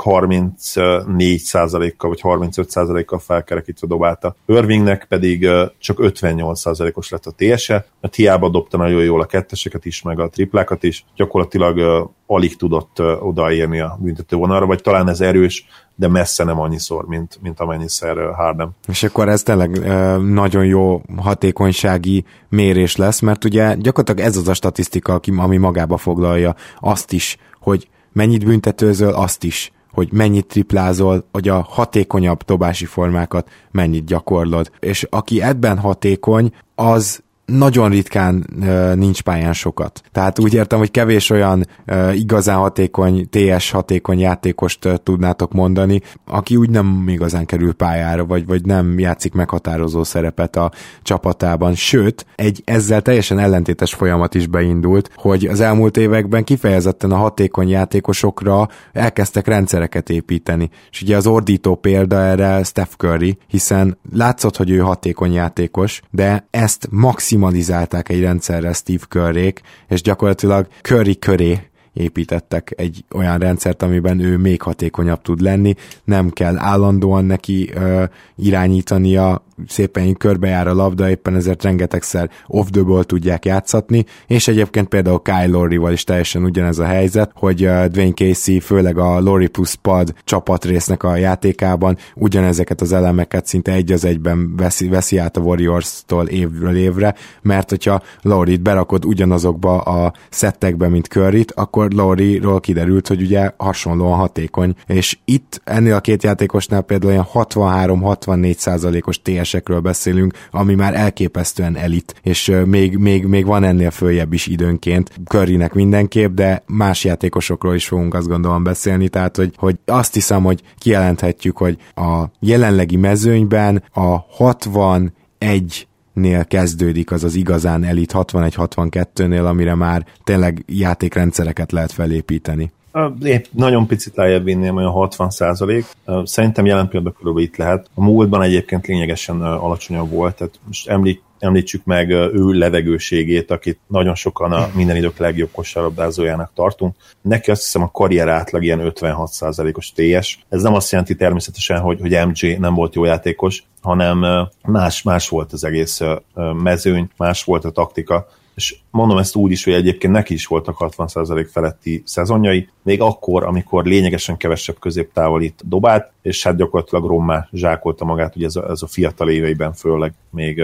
34%-kal vagy 35%-kal felkerekítve dobálta. Irvingnek pedig csak 58%-os lett a TS-e, mert hiába dobta nagyon jól a ketteseket is, meg a triplákat is, gyakorlatilag alig tudott odaérni a büntetővonalra, vagy talán ez erős, de messze nem annyiszor, mint amennyiszer Harden. És akkor ez tényleg nagyon jó hatékonysági mérés lesz, mert ugye gyakorlatilag ez az a statisztika, ami magába foglalja azt is, hogy mennyit büntetőzöl, azt is, hogy mennyit triplázol, hogy a hatékonyabb dobási formákat mennyit gyakorlod. És aki ebben hatékony, az nagyon ritkán nincs pályán sokat. Tehát úgy értem, hogy kevés olyan igazán hatékony, TS hatékony játékost tudnátok mondani, aki úgy nem igazán kerül pályára, vagy nem játszik meghatározó szerepet a csapatában. Sőt, egy ezzel teljesen ellentétes folyamat is beindult, hogy az elmúlt években kifejezetten a hatékony játékosokra elkezdtek rendszereket építeni. És ugye az ordító példa erre Steph Curry, hiszen látszott, hogy ő hatékony játékos, de ezt maximalizálták egy rendszerrel Steve Curryék, és gyakorlatilag Curry köré építettek egy olyan rendszert, amiben ő még hatékonyabb tud lenni, nem kell állandóan neki irányítania szépen körbejár a labda, éppen ezért rengetegszer off the ball tudják játszatni, és egyébként például Kyle Lowry-val is teljesen ugyanez a helyzet, hogy Dwayne Casey főleg a Lowry plus Pad csapatrésznek a játékában ugyanezeket az elemeket szinte egy az egyben veszi át a Warriors-tól évről évre, mert hogyha Lowry-t berakod ugyanazokba a szettekbe, mint Curryt, akkor Lowry-ról kiderült, hogy ugye hasonlóan hatékony, és itt ennél a két játékosnál például olyan 63-64%-os TS-ekről beszélünk, ami már elképesztően elit, és még van ennél följebb is időnként Currynek mindenképp, de más játékosokról is fogunk azt gondolom beszélni, tehát hogy azt hiszem, hogy kijelenthetjük, hogy a jelenlegi mezőnyben a 61-nél kezdődik az igazán elit 61-62-nél, amire már tényleg játékrendszereket lehet felépíteni. Épp nagyon picit lejjebb vinném, olyan 60%. Szerintem jelen pillanatban körülbelül itt lehet. A múltban egyébként lényegesen alacsonyabb volt, tehát most említsük meg ő levegőségét, akit nagyon sokan a minden idők legjobb kosárlabdázójának tartunk. Neki azt hiszem a karrier átlag ilyen 56%-os TS. Ez nem azt jelenti természetesen, hogy MJ nem volt jó játékos, hanem más volt az egész mezőny, más volt a taktika, és mondom ezt úgy is, hogy egyébként neki is voltak 60% feletti szezonjai, még akkor, amikor lényegesen kevesebb középtávolít dobált, és hát gyakorlatilag rommá zsákolta magát, ugye ez a fiatal éveiben főleg, még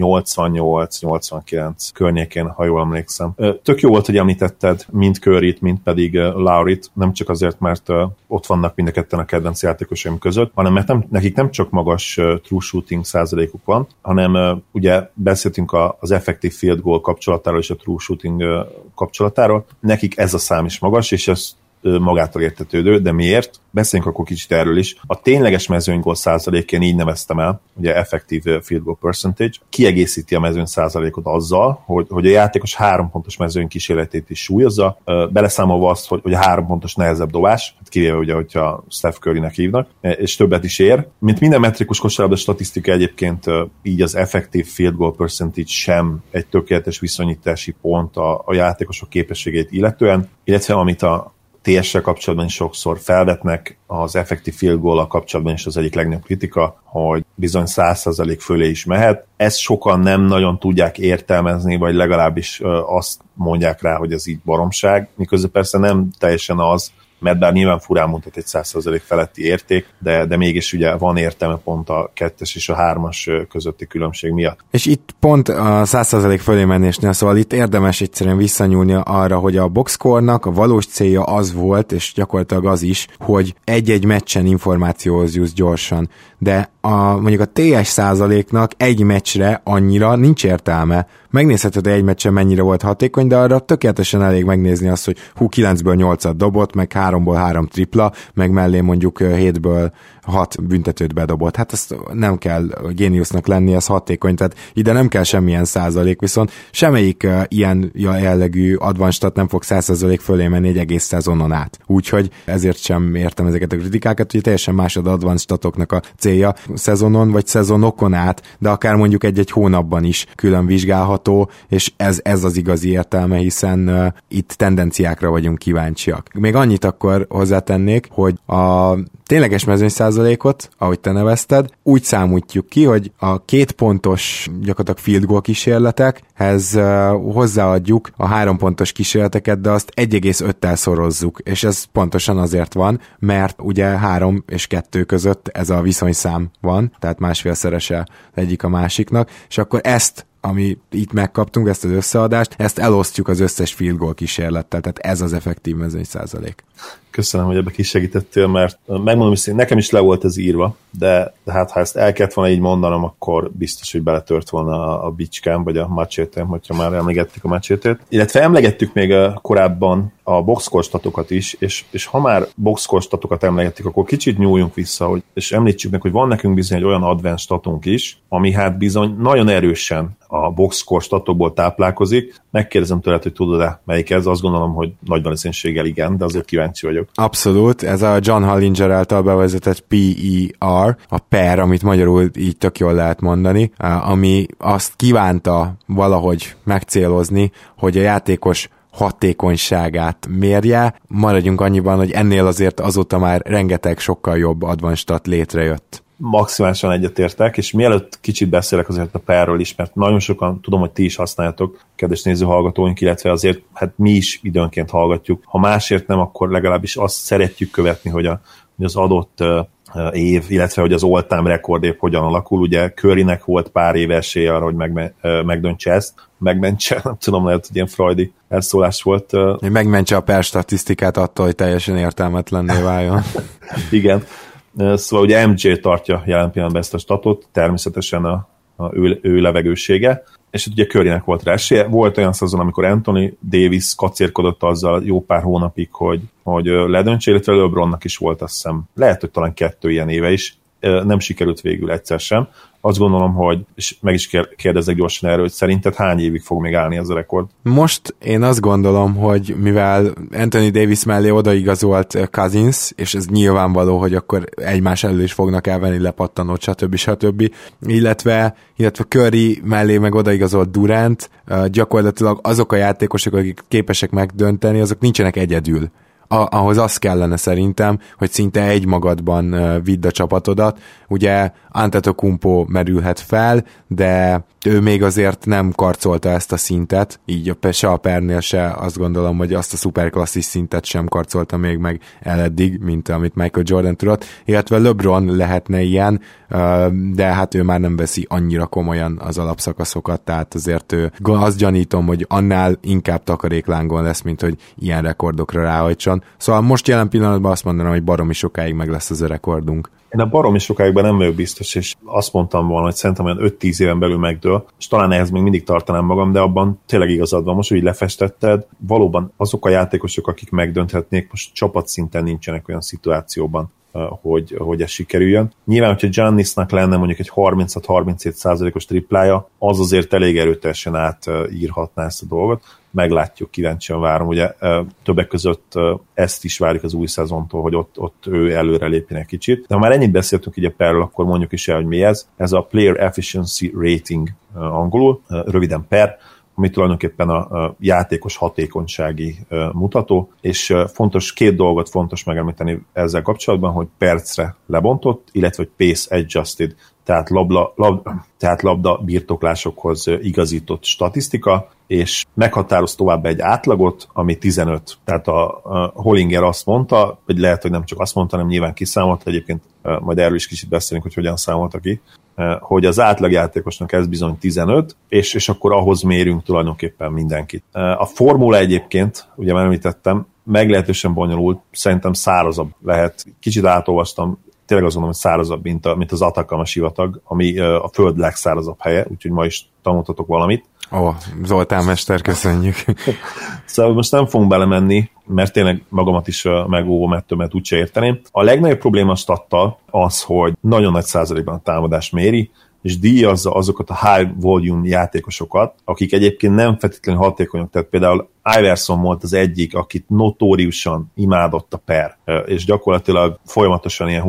88-89 környékén, ha jól emlékszem. Tök jó volt, hogy említetted mind Curryt, mind pedig Lowryt, nem csak azért, mert ott vannak mind a ketten a kedvenc játékosaim között, hanem mert nekik nem csak magas true shooting százalékuk van, hanem ugye beszéltünk az effective field goal kapcsolatáról és a true shooting kapcsolatáról, nekik ez a szám is magas, és ez magától értetődő, de miért? Beszéljünk akkor kicsit erről is. A tényleges mezőnygól százalékén így neveztem el, ugye effective field goal percentage, kiegészíti a mezőny százalékot azzal, hogy a játékos 3 pontos mezőny kísérletét is súlyozza, beleszámolva azt, hogy a 3 pontos nehezebb dobás, kivéve ugye, hogyha Steph Currynek hívnak, és többet is ér. Mint minden metrikus kosárlabda statisztika egyébként így az effective field goal percentage sem egy tökéletes viszonyítási pont a játékosok képességét illetően, illetve amit a TS-sel kapcsolatban is sokszor felvetnek, az effective field goal-a kapcsolatban is az egyik legnagyobb kritika, hogy bizony 100% fölé is mehet. Ezt sokan nem nagyon tudják értelmezni, vagy legalábbis azt mondják rá, hogy ez így baromság, miközben persze nem teljesen az, mert bár nyilván furán mutat egy 100% feletti érték, de mégis ugye van értelme pont a 2-es és a 3-as közötti különbség miatt. És itt pont a 100% fölé menésnél, szóval itt érdemes egyszerűen visszanyúlni arra, hogy a boxscore-nak a valós célja az volt, és gyakorlatilag az is, hogy egy-egy meccsen információhoz jussz gyorsan, de mondjuk a TS százaléknak egy meccsre annyira nincs értelme. Megnézheted, hogy egy meccsen mennyire volt hatékony, de arra tökéletesen elég megnézni azt, hogy 9-ből 8-at dobott, meg 3-ból 3 tripla, meg mellé mondjuk 7-ből 6 büntetőt bedobott. Hát ezt nem kell géniusznak lenni, ez hatékony, tehát ide nem kell semmilyen százalék, viszont semmelyik ilyen jellegű advanced nem fog 100% fölé menni egy egész szezonon át. Úgyhogy ezért sem értem ezeket a kritikákat, hogy teljesen más az advanced statoknak a célja szezonon vagy szezonokon át, de akár mondjuk egy-egy hónapban is külön vizsgálható, és ez az igazi értelme, hiszen itt tendenciákra vagyunk kíváncsiak. Még annyit akkor hozzátennék, hogy a tényleges mezőny százalékot, ahogy te nevezted, úgy számítjuk ki, hogy a 2 pontos gyakorlatilag field goal kísérletekhez hozzáadjuk a 3 pontos kísérleteket, de azt 1,5-tel szorozzuk, és ez pontosan azért van, mert ugye 3 és 2 között ez a viszonyszám van, tehát másfélszerese egyik a másiknak, és akkor ezt ami itt megkaptunk, ezt az összeadást, ezt elosztjuk az összes field goal kísérlettel, tehát ez az effektív mezőny százalék. Köszönöm, hogy ebbe kisegítettél, mert megmondom, hogy nekem is le volt ez írva, de hát ha ezt el kellett volna így mondanom, akkor biztos, hogy beletört volna a bicskám, vagy a macsétém, hogyha már emlegettük a macsétét. Illetve emlegettük még korábban a boxscore statokat is, és ha már boxscore statokat emlegettük, akkor kicsit nyúljunk vissza, és említsük meg, hogy van nekünk bizony egy olyan advanced statunk is, ami hát bizony nagyon erősen a boxscore statokból táplálkozik. Megkérdezem tőled, hogy tudod-e, melyik ez? Azt gondolom, hogy nagy valószínűséggel igen, de azért kíváncsi vagyok. Abszolút, ez a John Hollinger által bevezetett PER, a PER, amit magyarul így tök jól lehet mondani, ami azt kívánta valahogy megcélozni, hogy a játékos hatékonyságát mérje. Maradjunk annyiban, hogy ennél azért azóta már rengeteg sokkal jobb advanced stat létrejött. maximálisan egyetértek, és mielőtt kicsit beszélek azért a perről is, mert nagyon sokan, tudom, hogy ti is használjátok, kedves nézőhallgatóink, illetve azért hát mi is időnként hallgatjuk. Ha másért nem, akkor legalábbis azt szeretjük követni, hogy az adott év, illetve hogy az all-time rekord év hogyan alakul. Ugye Currynek volt pár év esélye arra, hogy megdöntse ezt, megmentse, nem tudom, lehet, hogy ilyen freudi elszólás volt. Megmentse a per statisztikát attól, hogy teljesen értelmetlenné váljon. Igen. Szóval ugye MJ tartja jelen pillanatban ezt a statot, természetesen ő levegősége, és ugye Currynek volt rá esélye. Volt olyan szezon, amikor Anthony Davis kacérkodott azzal jó pár hónapig, hogy ledöntse, illetve LeBronnak is volt, azt hiszem, lehet, hogy talán 2 ilyen éve is, nem sikerült végül egyszer sem. Azt gondolom, hogy, és meg is kérdezek gyorsan erről, hogy szerinted hány évig fog még állni ez a rekord? Most én azt gondolom, hogy mivel Anthony Davis mellé odaigazolt Cousins, és ez nyilvánvaló, hogy akkor egymás elől is fognak elvenni lepattanót, stb. Illetve Curry mellé meg odaigazolt Durant, gyakorlatilag azok a játékosok, akik képesek megdönteni, azok nincsenek egyedül. Ahhoz az kellene szerintem, hogy szinte egy magadban vidd a csapatodat. Ugye Antetokounmpo merülhet fel, de ő még azért nem karcolta ezt a szintet, így se a pernél se azt gondolom, hogy azt a szuperklasszis szintet sem karcolta még meg el eddig, mint amit Michael Jordan tudott, illetve LeBron lehetne ilyen, de hát ő már nem veszi annyira komolyan az alapszakaszokat, tehát azért azt gyanítom, hogy annál inkább takaréklángon lesz, mint hogy ilyen rekordokra ráhajtson. Szóval most jelen pillanatban azt mondanám, hogy baromi sokáig meg lesz az a rekordunk. Én a baromi sokáigban nem vagyok biztos, és azt mondtam volna, hogy szerintem olyan 5-10 éven belül megdől, és talán ehhez még mindig tartanám magam, de abban tényleg igazad van. Most, hogy lefestetted, valóban azok a játékosok, akik megdönthetnék, most csapatszinten nincsenek olyan szituációban, hogy ez sikerüljön. Nyilván, hogyha Giannisnak lenne mondjuk egy 36-37%-os triplája, az azért elég erőteljesen átírhatná ezt a dolgot. Meglátjuk, kíváncsian várom. Ugye többek között ezt is várjuk az új szezontól, hogy ott ő előre lépjen egy kicsit. De ha már ennyit beszéltünk így a perről, akkor mondjuk is el, hogy mi ez. Ez a Player Efficiency Rating angolul, röviden PER, ami tulajdonképpen a játékos hatékonysági mutató, és két dolgot fontos megemlíteni ezzel kapcsolatban, hogy percre lebontott, illetve hogy pace adjusted, tehát labda birtoklásokhoz igazított statisztika, és meghatároz tovább egy átlagot, ami 15. Tehát a Hollinger azt mondta, vagy lehet, hogy nem csak azt mondta, hanem nyilván kiszámolta, egyébként majd erről is kicsit beszélünk, hogy hogyan számolta ki, hogy az átlagjátékosnak ez bizony 15, és akkor ahhoz mérünk tulajdonképpen mindenkit. A formula egyébként, ugye már említettem, meglehetősen bonyolult, szerintem szárazabb lehet. Kicsit átolvastam, tényleg azt mondom, hogy szárazabb, mint az Atacama sivatag, ami a föld legszárazabb helye, úgyhogy ma is tanultatok valamit. Zoltán mester, köszönjük. Szóval most nem fogunk belemenni, mert tényleg magamat is megóvom ettől, mert úgyse érteném. A legnagyobb probléma a stattal az, hogy nagyon nagy százalékban a támadás méri, és díjazza azokat a high volume játékosokat, akik egyébként nem feltétlenül hatékonyak. Tehát például Iverson volt az egyik, akit notóriusan imádott a per, és gyakorlatilag folyamatosan ilyen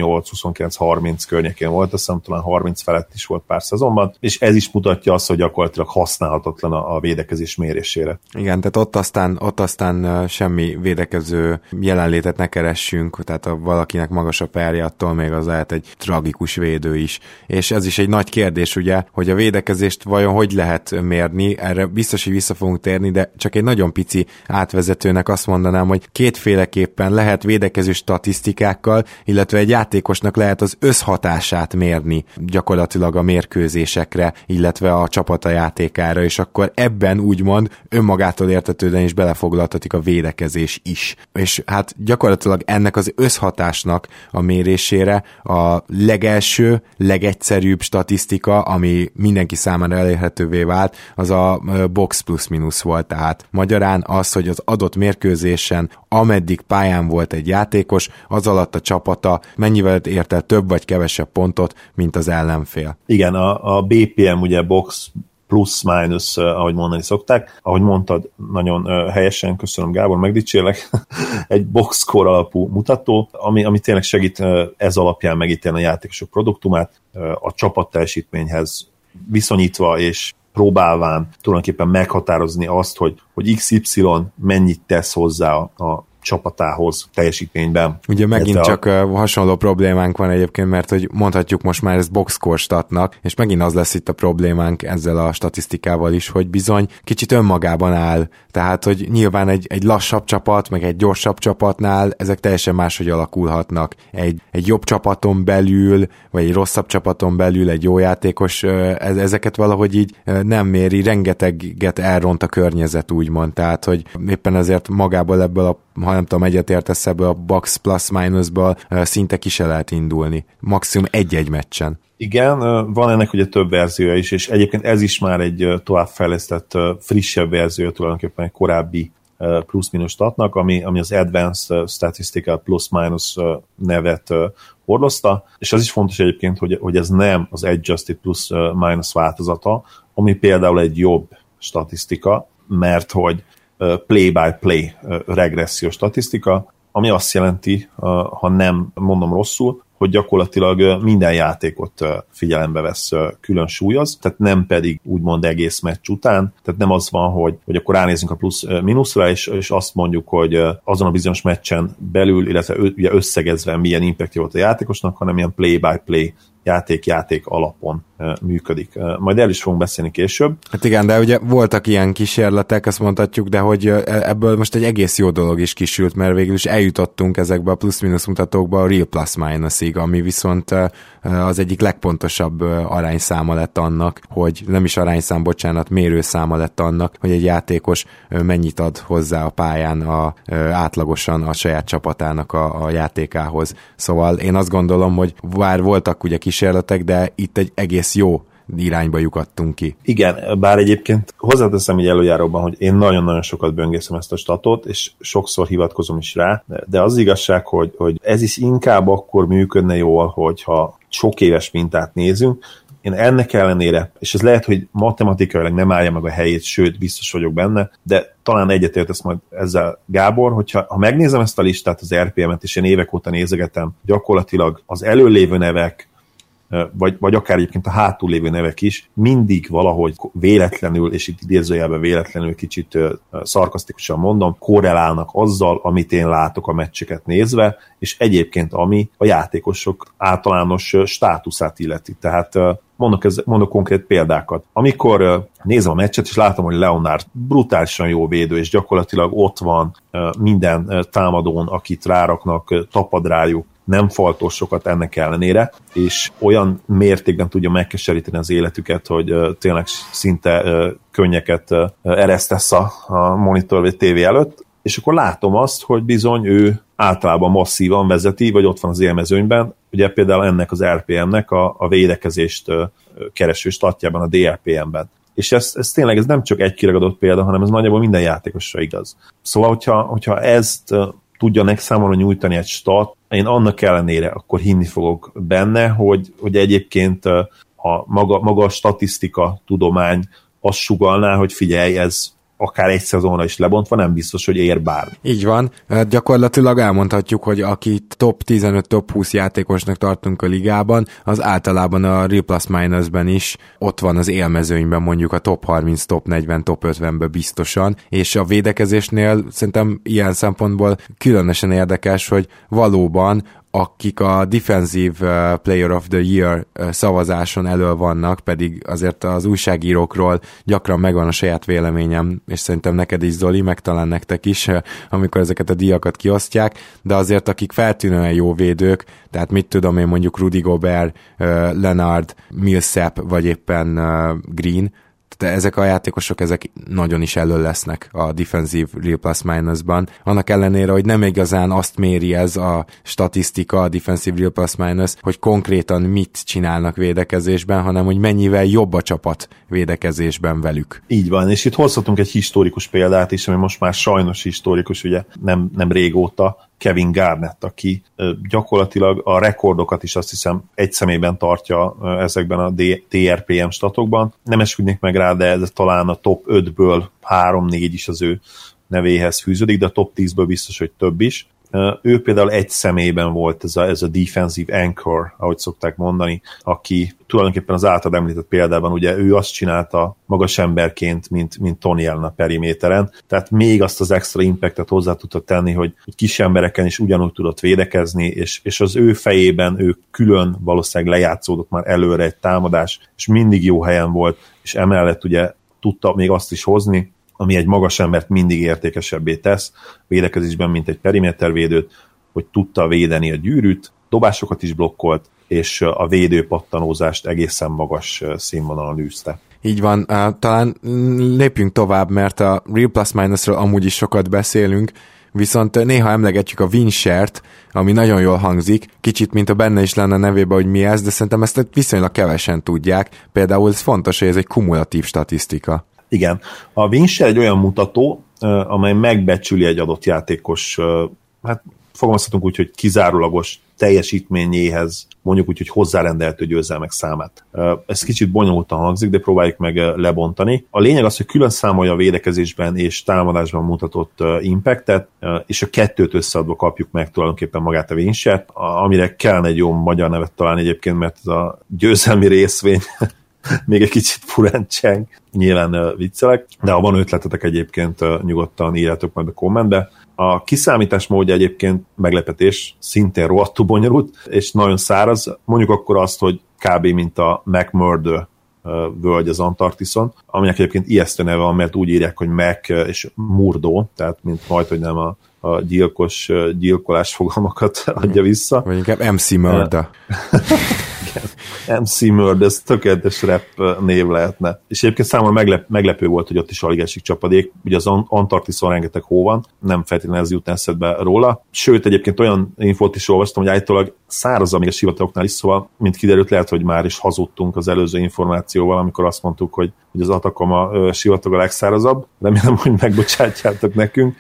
28-29-30 környékén volt, azt hiszem talán 30 felett is volt pár szezonban, és ez is mutatja azt, hogy gyakorlatilag használhatatlan a védekezés mérésére. Igen, tehát ott aztán semmi védekező jelenlétet ne keressünk, tehát ha valakinek magas a perje, attól még az lehet egy tragikus védő is. És ez is egy nagy kérdés, ugye, hogy a védekezést vajon hogy lehet mérni, erre biztos, hogy vissza fogunk térni, de csak egy nagyon pici átvezetőnek azt mondanám, hogy kétféleképpen lehet védekező statisztikákkal, illetve egy játékosnak lehet az összhatását mérni gyakorlatilag a mérkőzésekre, illetve a csapata játékára, és akkor ebben úgymond önmagától értetődően is belefoglaltatik a védekezés is. És hát gyakorlatilag ennek az összhatásnak a mérésére a legelső, legegyszerűbb statisztika, ami mindenki számára elérhetővé vált, az a box plusz-minusz volt, tehát magyarán az, hogy az adott mérkőzésen, ameddig pályán volt egy játékos, az alatt a csapata mennyivel ért el több vagy kevesebb pontot, mint az ellenfél. Igen, a BPM ugye box plusz-minusz, ahogy mondani szokták. Ahogy mondtad, nagyon helyesen, köszönöm Gábor, megdicsérlek, egy boxscore alapú mutató, ami tényleg segít ez alapján megítélni a játékosok produktumát, a csapat teljesítményhez viszonyítva, és próbálván tulajdonképpen meghatározni azt, hogy XY mennyit tesz hozzá a csapatához teljesítményben. Ugye megint csak hasonló problémánk van egyébként, mert hogy mondhatjuk most már ezt boxscore statnak, és megint az lesz itt a problémánk ezzel a statisztikával is, hogy bizony kicsit önmagában áll. Tehát, hogy nyilván egy lassabb csapat, meg egy gyorsabb csapatnál ezek teljesen máshogy alakulhatnak. Egy jobb csapaton belül, vagy egy rosszabb csapaton belül egy jó játékos ezeket valahogy így nem méri, rengeteget elront a környezet, úgymond. Tehát, hogy éppen ezért magából ebből ha nem tudom, egyetértesz ebből a box plus-minusból szinte ki se lehet indulni. Maximum egy-egy meccsen. Igen, van ennek ugye több verziója is, és egyébként ez is már egy továbbfejlesztett, frissebb verziója tulajdonképpen egy korábbi plusz-minus statnak, ami az Advanced Statistical Plus-Minus nevet hordozta, és az is fontos egyébként, hogy ez nem az Adjusted Plus-Minus változata, ami például egy jobb statisztika, mert hogy play-by-play regressziós statisztika, ami azt jelenti, ha nem mondom rosszul, hogy gyakorlatilag minden játékot figyelembe vesz, külön súlyoz, tehát nem pedig úgymond egész meccs után, tehát nem az van, hogy akkor ránézünk a plusz-minuszra, és azt mondjuk, hogy azon a bizonyos meccsen belül, illetve ugye összegezve milyen impact volt a játékosnak, hanem ilyen play-by-play játék alapon működik. Majd el is fogunk beszélni később. Hát igen, de ugye voltak ilyen kísérletek, azt mondhatjuk, de hogy ebből most egy egész jó dolog is kisült, mert végül is eljutottunk ezekbe a plusz-minusz mutatókba a real plus-minusig, ami viszont az egyik legpontosabb arányszáma lett annak, hogy nem is arányszám, bocsánat, mérőszáma lett annak, hogy egy játékos mennyit ad hozzá a pályán átlagosan a saját csapatának a játékához. Szóval én azt gondolom, hogy bár voltak ugye kísérletek, de itt egy egész jó irányba lyukadtunk ki. Igen, bár egyébként hozzáteszem így előjáróban, hogy én nagyon-nagyon sokat böngészem ezt a statot, és sokszor hivatkozom is rá, de az igazság, hogy ez is inkább akkor működne jól, hogyha sok éves mintát nézünk. Én ennek ellenére, és ez lehet, hogy matematikailag nem állja meg a helyét, sőt, biztos vagyok benne, de talán egyetértesz majd ezzel, Gábor, ha megnézem ezt a listát, az RPM-et, és én évek óta nézegetem, gyakorlatilag az előlévő nevek, vagy akár egyébként a hátul lévő nevek is mindig valahogy véletlenül, és itt idézőjelben véletlenül kicsit szarkasztikusan mondom, korrelálnak azzal, amit én látok a meccseket nézve, és egyébként ami a játékosok általános státuszát illeti. Tehát mondok konkrét példákat. Amikor nézem a meccset, és látom, hogy Leonard brutálisan jó védő, és gyakorlatilag ott van minden támadón, akit ráraknak, tapad rájuk, nem faltos sokat ennek ellenére, és olyan mértékben tudja megkeseríteni az életüket, hogy tényleg szinte könnyeket eresztesz a monitor vagy tévé előtt, és akkor látom azt, hogy bizony ő általában masszívan vezeti, vagy ott van az élmezőnyben, ugye például ennek az RPM-nek a védekezést kereső statjában, a DRPM-ben. És ez tényleg ez nem csak egy kiragadott példa, hanem ez nagyjából minden játékosra igaz. Szóval, hogyha ezt tudja számomra nyújtani egy stat, én annak ellenére akkor hinni fogok benne, hogy egyébként maga a statisztika tudomány azt sugallná, hogy figyelj, ez akár egy szezonra is lebontva, nem biztos, hogy ér bármi. Így van. Gyakorlatilag elmondhatjuk, hogy akit top 15, top 20 játékosnak tartunk a ligában, az általában a Real Plus Minusben is ott van az élmezőnyben, mondjuk a top 30, top 40, top 50-ben biztosan, és a védekezésnél szerintem ilyen szempontból különösen érdekes, hogy valóban akik a Defensive Player of the Year szavazáson elől vannak, pedig azért az újságírókról gyakran megvan a saját véleményem, és szerintem neked is, Zoli, meg talán nektek is, amikor ezeket a díjakat kiosztják, de azért akik feltűnően jó védők, tehát mit tudom én, mondjuk Rudy Gobert, Leonard, Millsap, vagy éppen Green, de ezek a játékosok, ezek nagyon is elő lesznek a Defensive Real Plus Minusban. Annak ellenére, hogy nem igazán azt méri ez a statisztika, a Defensive Real Plus Minus, hogy konkrétan mit csinálnak védekezésben, hanem hogy mennyivel jobb a csapat védekezésben velük. Így van, és itt hozhatunk egy historikus példát is, ami most már sajnos historikus, ugye nem régóta, Kevin Garnett, aki gyakorlatilag a rekordokat is azt hiszem egy személyben tartja ezekben a TRPM statokban. Nem esküdnék meg rá, de ez talán a top 5-ből 3-4 is az ő nevéhez fűződik, de a top 10-ből biztos, hogy több is. ő például egy személyben volt ez a defensive anchor, ahogy szokták mondani, aki tulajdonképpen az általad említett példában, ugye ő azt csinálta magas emberként, mint Tony Allen a periméteren, tehát még azt az extra impactet hozzá tudta tenni, hogy kis embereken is ugyanúgy tudott védekezni, és az ő fejében ő külön valószínűleg lejátszódott már előre egy támadás, és mindig jó helyen volt, és emellett ugye tudta még azt is hozni, ami egy magas embert mindig értékesebbé tesz védekezésben, mint egy perimétervédőt, hogy tudta védeni a gyűrűt, dobásokat is blokkolt, és a védőpattanózást egészen magas színvonalon űzte. Így van, talán lépjünk tovább, mert a Real Plus Minusról amúgy is sokat beszélünk, viszont néha emlegetjük a win share-t, ami nagyon jól hangzik, kicsit, mint a benne is lenne nevében, hogy mi ez, de szerintem ezt viszonylag kevesen tudják. Például ez fontos, hogy ez egy kumulatív statisztika. Igen. A win share egy olyan mutató, amely megbecsüli egy adott játékos, hát fogalmazhatunk úgy, hogy kizárólagos teljesítményéhez, mondjuk úgy, hogy hozzárendelhető győzelmek számát. Ez kicsit bonyolultan hangzik, de próbáljuk meg lebontani. A lényeg az, hogy külön számolja a védekezésben és támadásban mutatott impactet, és a kettőt összeadva kapjuk meg tulajdonképpen magát a win share-t, amire kellene egy jó magyar nevet találni egyébként, mert ez a győzelmi részvény még egy kicsit furán cseng, nyilván viccelek, de ha van ötletetek egyébként nyugodtan írjátok majd a kommentbe. A kiszámítás módja egyébként meglepetés, szintén rohadtul bonyolult, és nagyon száraz. Mondjuk akkor azt, hogy kb. Mint a McMurdo völgy az Antarktiszon, aminek egyébként ijesztő neve van, mert úgy írják, hogy Mac és Murdo, tehát mint majd, hogy nem a gyilkolás fogalmakat adja vissza. Vagy inkább MC Murda. MC Murda, ez tökéletes rap név lehetne. És egyébként számomra meglepő volt, hogy ott is alig esik csapadék. Ugye az Antarktiszon rengeteg hó van, nem feltétlenül ez jut eszedbe róla. Sőt, egyébként olyan infót is olvastam, hogy állítólag szárazabb még a sivatagoknál is, szóval, mint kiderült, lehet, hogy már is hazudtunk az előző információval, amikor azt mondtuk, hogy az Atacama sivatag a legszárazabb. Remélem, hogy megbocsátjátok nekünk.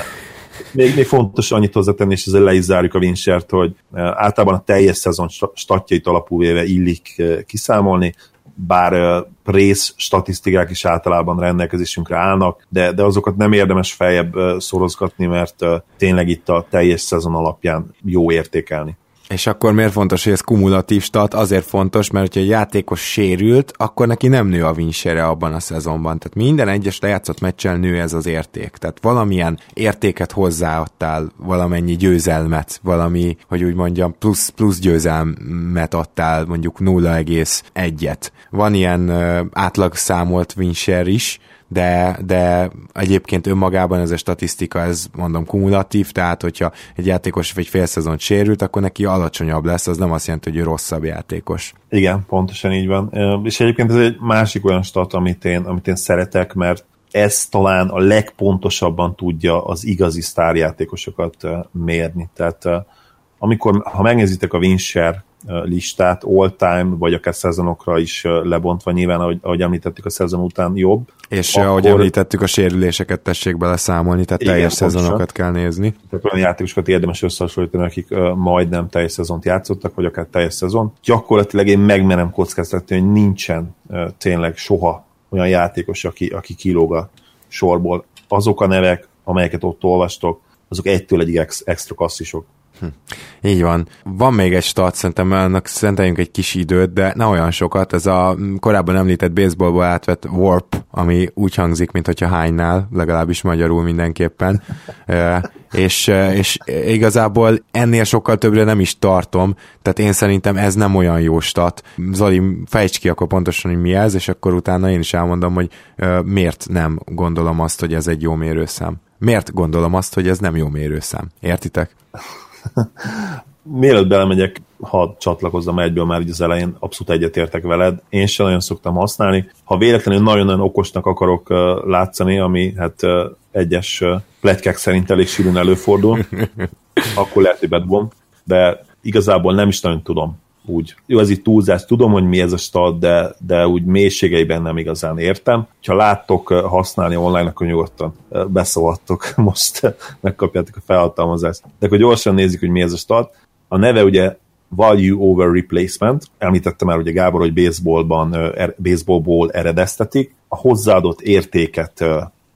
Még fontos annyit hozzátenni, és ezzel le is zárjuk a win share-t, hogy általában a teljes szezon statjait alapúvéve illik kiszámolni, bár rész statisztikák is általában rendelkezésünkre állnak, de azokat nem érdemes feljebb szorozgatni, mert tényleg itt a teljes szezon alapján jó értékelni. És akkor miért fontos, hogy ez kumulatív stat? Azért fontos, mert hogyha egy játékos sérült, akkor neki nem nő a win share abban a szezonban. Tehát minden egyes lejátszott meccsel nő ez az érték. Tehát valamilyen értéket hozzáadtál, valamennyi győzelmet, valami, hogy úgy mondjam, plusz győzelmet adtál, mondjuk 0,1-et. Van ilyen átlag számolt win share is, de egyébként önmagában ez a statisztika, ez mondom kumulatív, tehát hogyha egy játékos egy fél szezont sérült, akkor neki alacsonyabb lesz, az nem azt jelenti, hogy ő rosszabb játékos. Igen, pontosan így van. És egyébként ez egy másik olyan stat, amit én szeretek, mert ez talán a legpontosabban tudja az igazi sztárjátékosokat mérni. Tehát ha megnézitek a win share listát, all-time, vagy akár szezonokra is lebontva, nyilván, ahogy említettük, a szezon után jobb. És akkor... ahogy említettük, a sérüléseket tessék beleszámolni, tehát igen, teljes szezonokat kell nézni. Tehát olyan játékosokat érdemes összehasonlítani, akik majdnem teljes szezont játszottak, vagy akár teljes szezon. Gyakorlatilag én megmerem kockáztatni, hogy nincsen tényleg soha olyan játékos, aki kilóg a sorból. Azok a nevek, amelyeket ott olvastok, azok egytől egyig extra kasszisok. Így van. Van még egy stat, szerintem annak szenteljünk egy kis időt, de ne olyan sokat. Ez a korábban említett baseballból átvett warp, ami úgy hangzik, mint hogyha hánynál, legalábbis magyarul mindenképpen. És igazából ennél sokkal többre nem is tartom, tehát én szerintem ez nem olyan jó stat. Zoli, fejtsd ki akkor pontosan, hogy mi ez, és akkor utána én is elmondom, hogy miért nem gondolom azt, hogy ez egy jó mérőszám. Miért gondolom azt, hogy ez nem jó mérőszám? Értitek? Mielőtt belemegyek, ha csatlakozzam egyből már így az elején, abszolút egyetértek veled. Én sem nagyon szoktam használni. Ha véletlenül nagyon-nagyon okosnak akarok látszani, ami hát egyes pletykák szerint elég sűrűn előfordul, akkor lehet, hogy bedobom, de igazából nem is nagyon tudom. Úgy. Jó, ez itt túlzás, tudom, hogy mi ez a stat, de úgy mélységeiben nem igazán értem. Ha láttok használni online, akkor nyugodtan beszólhattok, most megkapjátok a felhatalmazást. De akkor gyorsan nézzük, hogy mi ez a stat. A neve ugye Value over Replacement. Említettem már ugye Gábor, hogy baseballból eredeztetik. A hozzáadott értéket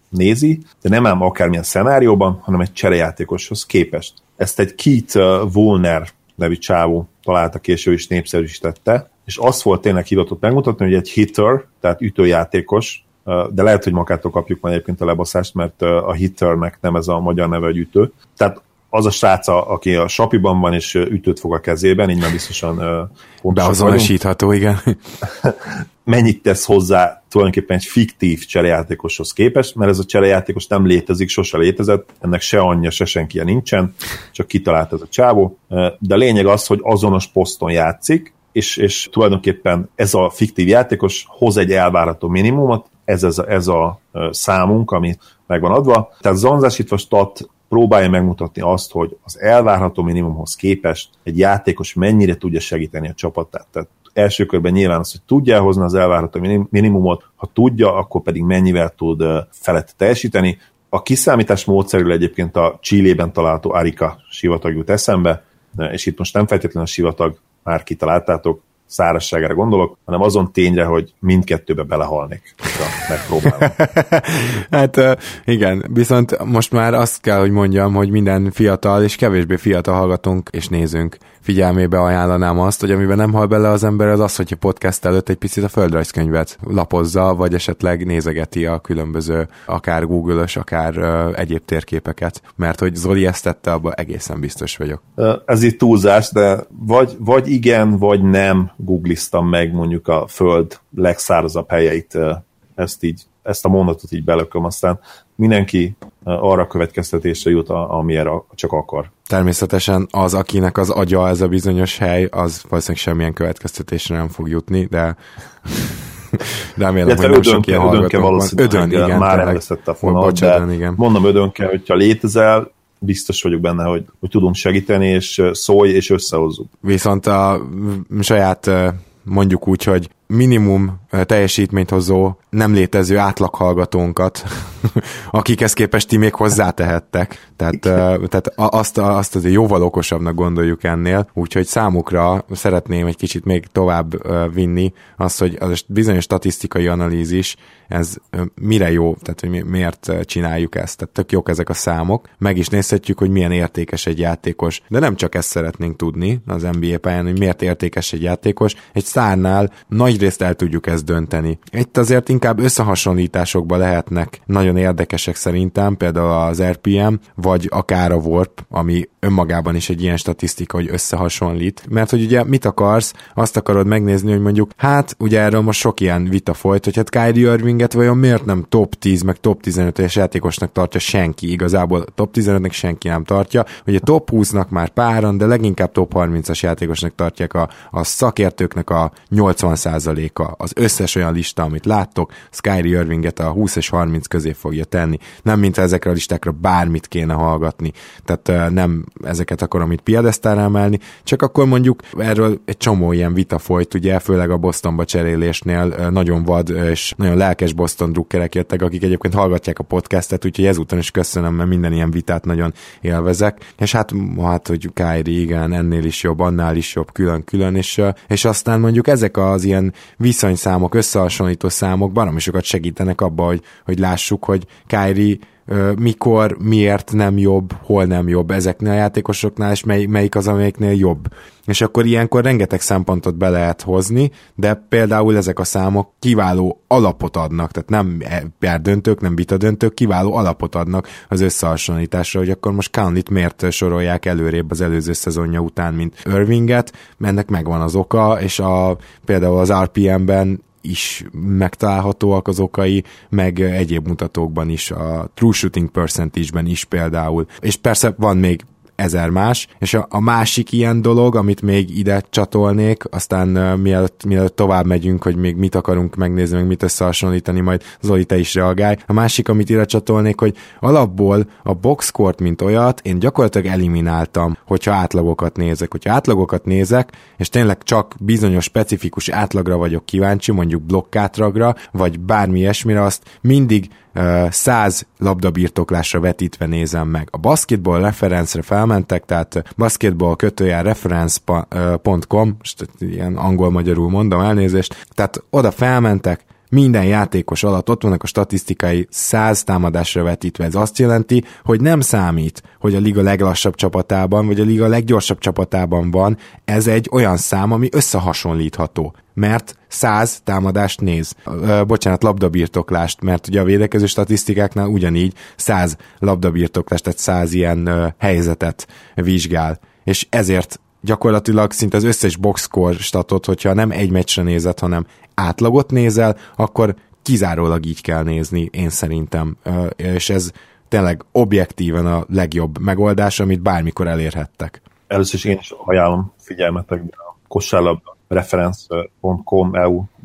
nézi, de nem ám akármilyen szenárióban, hanem egy cserejátékoshoz képest. Ezt egy Keith Woolner nevű csávó találta később is népszerűsítette, és azt volt tényleg hivatott megmutatni, hogy egy hitter, tehát ütőjátékos, de lehet, hogy magától kapjuk majd egyébként a lebaszást, mert a hitternek nem ez a magyar neve, hogy ütő. Tehát az a srác, aki a sapiban van, és ütőt fog a kezében, így már biztosan beazonosítható, igen. Mennyit tesz hozzá tulajdonképpen egy fiktív cserejátékoshoz képest, mert ez a cserejátékos nem létezik, sose létezett, ennek se anyja, se senkije nincsen, csak kitalált ez a csávó. De a lényeg az, hogy azonos poszton játszik, és tulajdonképpen ez a fiktív játékos hoz egy elvárható minimumot, ez a számunk, ami meg van adva. Tehát zanzásítva stat próbálja megmutatni azt, hogy az elvárható minimumhoz képest egy játékos mennyire tudja segíteni a csapatát. Tehát első körben nyilván az, hogy tudja hozni az elvárható minimumot, ha tudja, akkor pedig mennyivel tud felett teljesíteni. A kiszámítás módszerül egyébként a Chilében található Arica sivatag jut eszembe, és itt most nem feltétlenül a sivatag, már kitaláltátok, szárazságára gondolok, hanem azon tényre, hogy mindkettőbe belehalnék, ha megpróbálom. Hát igen, viszont most már azt kell, hogy mondjam, hogy minden fiatal és kevésbé fiatal hallgatónk és nézőnk figyelmébe ajánlanám azt, hogy amiben nem hal bele az ember, az az, hogyha podcast előtt egy picit a földrajzkönyvet lapozza, vagy esetleg nézegeti a különböző, akár Google-ös, akár egyéb térképeket, mert hogy Zoli ezt tette, abban egészen biztos vagyok. Ez itt túlzás, de vagy igen, vagy nem googliztam meg mondjuk a föld legszárazabb helyeit, ezt a mondatot így belököm, aztán mindenki arra következtetésre jut, amilyen csak akar. Természetesen az, akinek az agya ez a bizonyos hely, az valószínűleg semmilyen következtetésre nem fog jutni, de remélem, hogy nem sok ilyen hallgatók van. Ödön, igen. Már elveszett a fonalat, de igen. Mondom Ödönke, hogyha létezel, biztos vagyok benne, hogy tudunk segíteni, és szólj, és összehozzuk. Viszont a saját mondjuk úgy, hogy minimum teljesítményt hozó, nem létező átlaghallgatónkat, akikhez képest ti még hozzátehettek. Tehát azt azért jóval okosabbnak gondoljuk ennél, úgyhogy számukra szeretném egy kicsit még tovább vinni azt, hogy az bizonyos statisztikai analízis, ez mire jó, tehát hogy miért csináljuk ezt. Tehát tök jók ezek a számok, meg is nézhetjük, hogy milyen értékes egy játékos, de nem csak ezt szeretnénk tudni az NBA pályán, hogy miért értékes egy játékos. Egy sztárnál nagyrészt el tudjuk ezt dönteni. Itt azért inkább összehasonlításokba lehetnek nagyon érdekesek szerintem, például az RPM, vagy akár a Warp, ami önmagában is egy ilyen statisztika, hogy összehasonlít. Mert hogy ugye mit akarsz? Azt akarod megnézni, hogy mondjuk, hát ugye erről most sok ilyen vita folyt, hogy hát Kyrie Irvinget vajon miért nem top 10, meg top 15-es játékosnak tartja senki? Igazából top 15-nek senki nem tartja. Ugye top 20-nak már páran, de leginkább top 30-as játékosnak tartják a szakértőknek a 80%-a. Az összes olyan lista, amit láttok, Kyrie Irvinget a 20 és 30 közé fogja tenni. Nem mintha ezekre a listákra bármit kéne hallgatni. Tehát nem ezeket akarom itt piedesztára emelni, csak akkor mondjuk erről egy csomó ilyen vita folyt, ugye, főleg a Bostonba cserélésnél nagyon vad és nagyon lelkes Boston drukkerek jöttek, akik egyébként hallgatják a podcastet, úgyhogy ezúton is köszönöm, mert minden ilyen vitát nagyon élvezek. És hát hogy Kyrie, igen, ennél is jobb, annál is jobb, külön-külön, és aztán mondjuk ezek az ilyen viszonyszámok, összehasonlító számok baromi sokat segítenek abba, hogy lássuk, hogy Kyrie mikor, miért nem jobb, hol nem jobb ezeknél a játékosoknál, és melyik az, amelyiknél jobb. És akkor ilyenkor rengeteg szempontot be lehet hozni, de például ezek a számok kiváló alapot adnak, tehát nem perdöntők, nem vitadöntők, kiváló alapot adnak az összehasonlításra, hogy akkor most Conleyt miért sorolják előrébb az előző szezonja után, mint Irvinget, ennek megvan az oka, és például az RPM-ben is megtalálhatóak az okai, meg egyéb mutatókban is, a true shooting percentage-ben is például. És persze van még 1000 más, és a másik ilyen dolog, amit még ide csatolnék, aztán mielőtt tovább megyünk, hogy még mit akarunk megnézni, meg mit összehasonlítani, majd Zoli, te is reagálj. A másik, amit ide csatolnék, hogy alapból a boxscore-t, mint olyat, én gyakorlatilag elimináltam, hogyha átlagokat nézek. Hogyha átlagokat nézek, és tényleg csak bizonyos specifikus átlagra vagyok kíváncsi, mondjuk blokkátlagra, vagy bármi ilyesmire, azt mindig 100 labdabirtoklásra vetítve nézem meg. A basketball reference-re felmentek, tehát basketball-reference.com, ilyen angol-magyarul mondom, elnézést, tehát oda felmentek, minden játékos alatt ott vannak a statisztikai 100 támadásra vetítve. Ez azt jelenti, hogy nem számít, hogy a liga leglassabb csapatában, vagy a liga leggyorsabb csapatában van, ez egy olyan szám, ami összehasonlítható. Mert 100 támadást néz. Labdabirtoklást, mert ugye a védekező statisztikáknál ugyanígy 100 labdabirtoklást, tehát 100 ilyen helyzetet vizsgál. És ezért gyakorlatilag szinte az összes boxscore statot, hogyha nem egy meccsre nézed, hanem átlagot nézel, akkor kizárólag így kell nézni, én szerintem. És ez tényleg objektíven a legjobb megoldás, amit bármikor elérhettek. Először is én is ajánlom figyelmetekbe a kosárlabda reference.com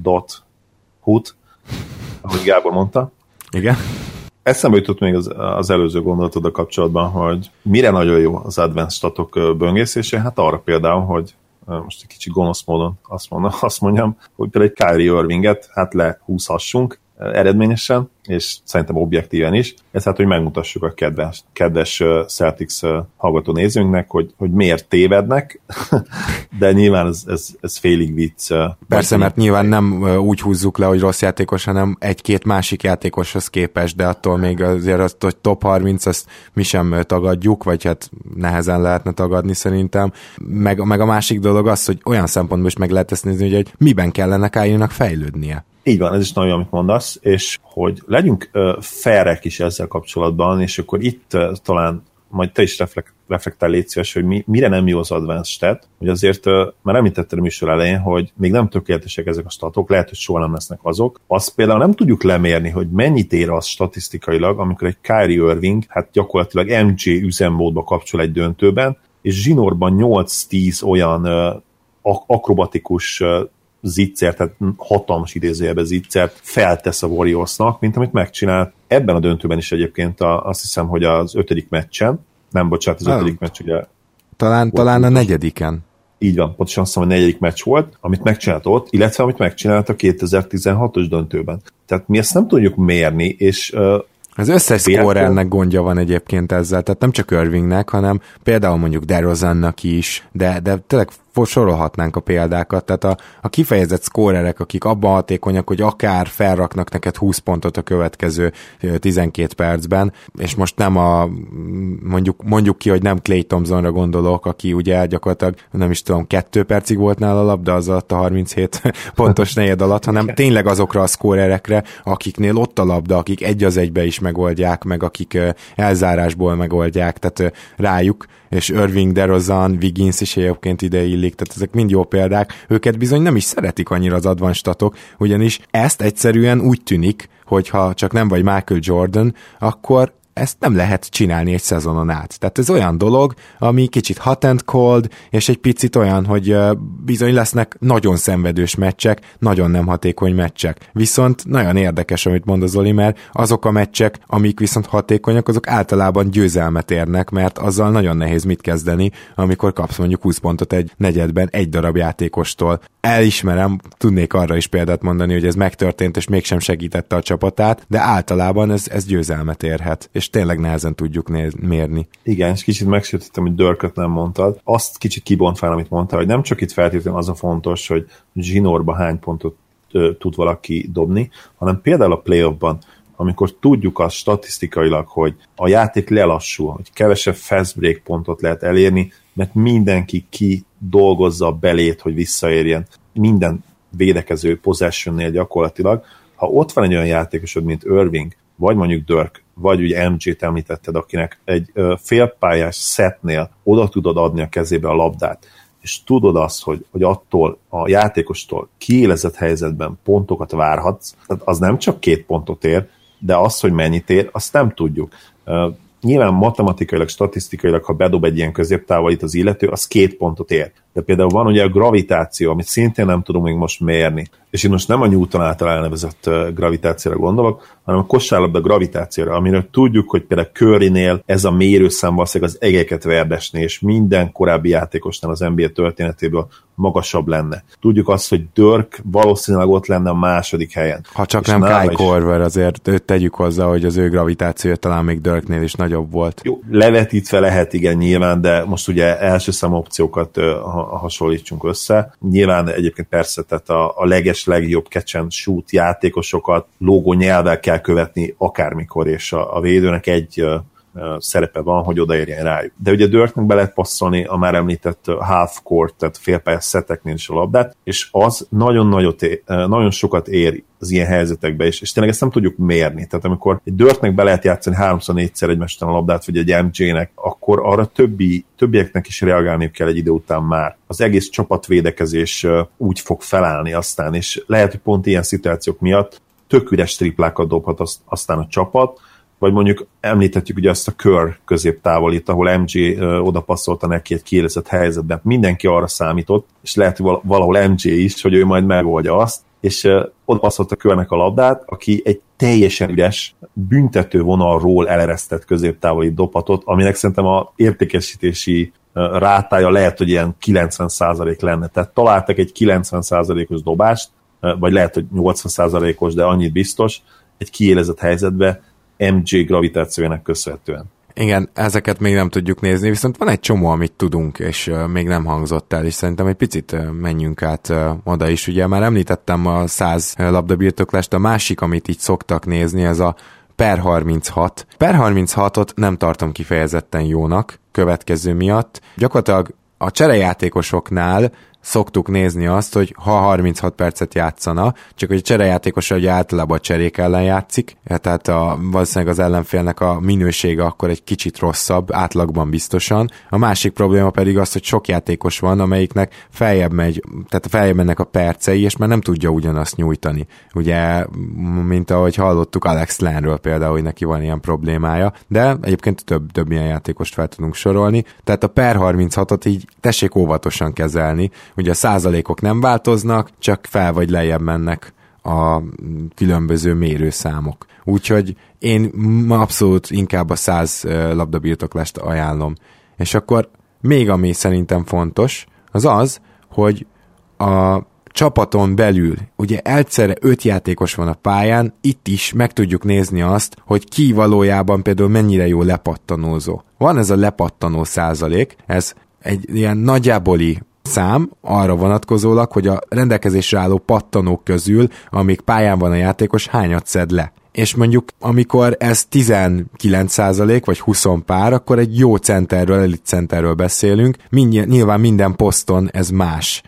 EU.HUT, ahogy Gábor mondta. Igen. Eszembe jutott még az előző gondolatod a kapcsolatban, hogy mire nagyon jó az advanced statok böngészése, hát arra például, hogy most egy kicsit gonosz módon azt mondjam, hogy például egy Kyrie Irvinget hát lehúzhassunk eredményesen, és szerintem objektíven is, ez hát, hogy megmutassuk a kedves Celtics hallgató nézőnknek, hogy miért tévednek, de nyilván ez félig vicc. Persze, mert nyilván nem úgy húzzuk le, hogy rossz játékos, hanem egy-két másik játékoshoz képest, de attól még azért azt, hogy top 30, azt mi sem tagadjuk, vagy hát nehezen lehetne tagadni szerintem. Meg a másik dolog az, hogy olyan szempontból is meg lehet ezt nézni, hogy miben kellene Kyrie-nak fejlődnie. Így van, ez is nagyon, amit mondasz, és hogy legyünk fairek is ezzel kapcsolatban, és akkor itt talán majd te is reflektál, légy szíves, hogy mire nem jó az advanced stat, hogy azért már említetted a műsor elején, hogy még nem tökéletesek ezek a statok, lehet, hogy soha nem lesznek azok. Azt például nem tudjuk lemérni, hogy mennyit ér az statisztikailag, amikor egy Kyrie Irving, hát gyakorlatilag MJ üzemmódba kapcsol egy döntőben, és zsinórban 8-10 olyan akrobatikus zicsert, tehát hatalmas idézőjelben zicsert feltesz a Warriorsnak, mint amit megcsinált ebben a döntőben is egyébként azt hiszem, hogy az 5. meccsen, az 5. meccs ugye... Talán a 4. Így van, pontosan azt hiszem, hogy 4. meccs volt, amit megcsinált ott, illetve amit megcsinált a 2016-os döntőben. Tehát mi ezt nem tudjuk mérni, és az összes scorernek gondja van egyébként ezzel, tehát nem csak Irvingnek, hanem például mondjuk DeRozannak is, de tényleg sorolhatnánk a példákat, tehát a kifejezett scorerek, akik abban hatékonyak, hogy akár felraknak neked 20 pontot a következő 12 percben, és most nem mondjuk ki, hogy nem Klay Thompsonra gondolok, aki ugye gyakorlatilag, nem is tudom, 2 percig volt nála a labda, az alatt a 37 pontos negyed alatt, hanem tényleg azokra a scorerekre, akiknél ott a labda, akik egy az egybe is megoldják, meg akik elzárásból megoldják, tehát rájuk, és Irving, DeRozan, Wiggins is egyébként ide illik, tehát ezek mind jó példák, őket bizony nem is szeretik annyira az advanced statok, ugyanis ezt egyszerűen úgy tűnik, hogy ha csak nem vagy Michael Jordan, akkor ezt nem lehet csinálni egy szezonon át. Tehát ez olyan dolog, ami kicsit hot and cold, és egy picit olyan, hogy bizony lesznek nagyon szenvedős meccsek, nagyon nem hatékony meccsek. Viszont nagyon érdekes, amit mond az Zoli, mert azok a meccsek, amik viszont hatékonyak, azok általában győzelmet érnek, mert azzal nagyon nehéz mit kezdeni, amikor kapsz mondjuk 20 pontot egy negyedben egy darab játékostól. Elismerem, tudnék arra is példát mondani, hogy ez megtörtént, és mégsem segítette a csapatát, de általában ez győzelmet érhet, és tényleg nehezen tudjuk mérni. Igen, és kicsit megsértettem, hogy Dirköt nem mondtad. Azt kicsit kibontván, amit mondtál, hogy nem csak itt feltétlenül az a fontos, hogy zsinórba hány pontot tud valaki dobni, hanem például a playoffban, amikor tudjuk azt statisztikailag, hogy a játék lelassul, hogy kevesebb fast break pontot lehet elérni, mert mindenki dolgozza a belét, hogy visszaérjen. Minden védekező possessionnél gyakorlatilag. Ha ott van egy olyan játékosod, mint Irving, vagy mondjuk Dirk, vagy ugye MJ-t említetted, akinek egy félpályás setnél oda tudod adni a kezébe a labdát, és tudod azt, hogy attól a játékostól kiélezett helyzetben pontokat várhatsz, tehát az nem csak 2 pontot ér, de az, hogy mennyit ér, azt nem tudjuk. Nyilván matematikailag, statisztikailag, ha bedob egy ilyen középtávolít az illető, az 2 pontot ér. De például van ugye a gravitáció, amit szintén nem tudunk még most mérni. És én most nem a Newton által elnevezett gravitációra gondolok, hanem a kosárlabda gravitációra, amiről tudjuk, hogy például Currynél ez a mérőszám valószínűleg az egeket verdesné, és minden korábbi játékosnál az NBA történetéből magasabb lenne. Tudjuk azt, hogy Dirk valószínűleg ott lenne a második helyen. Ha csak és nem Kyle Korver, azért őt tegyük hozzá, hogy az ő gravitációja talán még Dirknél is nagyobb volt. Jó, levetítve lehet, igen, nyilván, de most ugye első számú opciókat, ha hasonlítsunk össze. Nyilván egyébként persze, tehát a legjobb catch and shoot játékosokat lógó nyelvvel kell követni akármikor, és a védőnek egy szerepe van, hogy odaérjen rájuk. De ugye Dirknek be lehet passzolni a már említett half court, tehát félpályás szetteknél is a labdát, és az nagyon sokat ér az ilyen helyzetekbe, és tényleg ezt nem tudjuk mérni. Tehát amikor egy Dirknek be lehet játszani 3-4-szer egymástán a labdát, vagy egy MJ-nek, akkor arra többieknek is reagálni kell egy idő után már. Az egész csapatvédekezés úgy fog felállni aztán, és lehet, hogy pont ilyen szituációk miatt tök üres triplákat dobhat aztán a csapat, vagy mondjuk említhetjük ugye azt a kör középtávolit, ahol MJ odapasszolta neki egy kiélezett helyzetben. Mindenki arra számított, és lehet, hogy valahol MJ is, hogy ő majd megoldja azt, és odapasszolta Körnek a labdát, aki egy teljesen üres, büntető vonalról eleresztett középtávolit dobhatott, aminek szerintem a értékesítési rátája lehet, hogy ilyen 90% lenne. Tehát találtak egy 90%-os dobást, vagy lehet, hogy 80%-os, de annyit biztos, egy kiélezett helyzetbe, MJ gravitációjának köszönhetően. Igen, ezeket még nem tudjuk nézni, viszont van egy csomó, amit tudunk, és még nem hangzott el, és szerintem egy picit menjünk át oda is. Ugye már említettem a 100 labdabirtoklást, a másik, amit így szoktak nézni, ez a per 36. Per 36-ot nem tartom kifejezetten jónak, következő miatt. Gyakorlatilag a cserejátékosoknál szoktuk nézni azt, hogy ha 36 percet játszana, csak hogy a cserejátékos ugye általában a cserék ellen játszik, tehát valószínűleg az ellenfélnek a minősége akkor egy kicsit rosszabb, átlagban biztosan. A másik probléma pedig az, hogy sok játékos van, amelyiknek feljebb mennek a percei, és már nem tudja ugyanazt nyújtani. Ugye, mint ahogy hallottuk Alex Lenről például, hogy neki van ilyen problémája, de egyébként több ilyen játékost fel tudunk sorolni. Tehát a per 36-ot így tessék óvatosan kezelni. Ugye a százalékok nem változnak, csak fel vagy lejjebb mennek a különböző mérőszámok. Úgyhogy én abszolút inkább a 100 labdabirtoklást ajánlom. És akkor még ami szerintem fontos, az az, hogy a csapaton belül, ugye egyszerre 5 játékos van a pályán, itt is meg tudjuk nézni azt, hogy ki valójában például mennyire jó lepattanózó. Van ez a lepattanó százalék, ez egy ilyen nagyjáboli szám arra vonatkozólag, hogy a rendelkezésre álló pattanók közül, amíg pályán van a játékos, hányat szed le. És mondjuk, amikor ez 19% vagy 20 pár, akkor egy jó centerről, elit centerről beszélünk. Nyilván minden poszton ez más.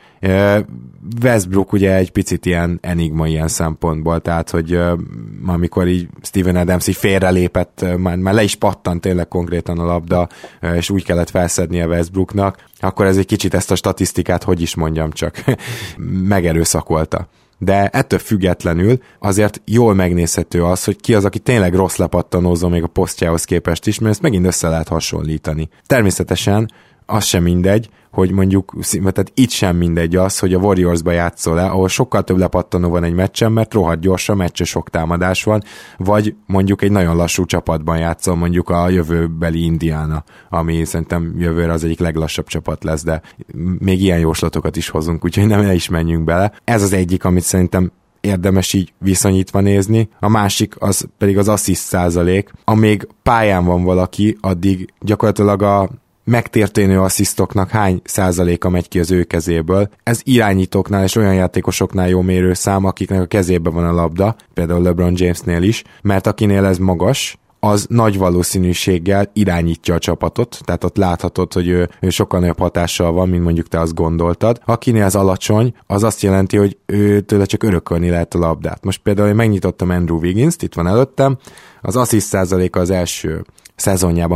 Westbrook ugye egy picit ilyen enigma ilyen szempontból, tehát, hogy amikor így Steven Adams így félrelépett, már le is pattant tényleg konkrétan a labda, és úgy kellett felszednie Westbrooknak, akkor ez egy kicsit ezt a statisztikát, hogy is mondjam csak, megerőszakolta. De ettől függetlenül azért jól megnézhető az, hogy ki az, aki tényleg rossz lepattanózó még a posztjához képest is, mert ezt megint össze lehet hasonlítani. Természetesen az sem mindegy, hogy mondjuk, tehát itt sem mindegy az, hogy a Warriorsba játszol-e, ahol sokkal több lepattanó van egy meccsen, mert rohadt gyors a meccs, sok támadás van, vagy mondjuk egy nagyon lassú csapatban játszol, mondjuk a jövőbeli Indiana, ami szerintem jövőre az egyik leglassabb csapat lesz, de még ilyen jóslatokat is hozunk, úgyhogy nem is menjünk bele. Ez az egyik, amit szerintem érdemes így viszonyítva nézni. A másik az pedig az assziszt százalék. Amíg pályán van valaki, addig gyakorlatilag a megtérténő asszisztoknak hány százaléka megy ki az ő kezéből. Ez irányítóknál és olyan játékosoknál jó mérőszám, akiknek a kezében van a labda, például LeBron Jamesnél is, mert akinél ez magas, az nagy valószínűséggel irányítja a csapatot, tehát ott láthatod, hogy ő sokkal nagyobb hatással van, mint mondjuk te azt gondoltad. Akinél ez alacsony, az azt jelenti, hogy tőle csak örökölni lehet a labdát. Most például én megnyitottam Andrew Wiggins-t, itt van előttem, az assziszt százaléka az első szezonjában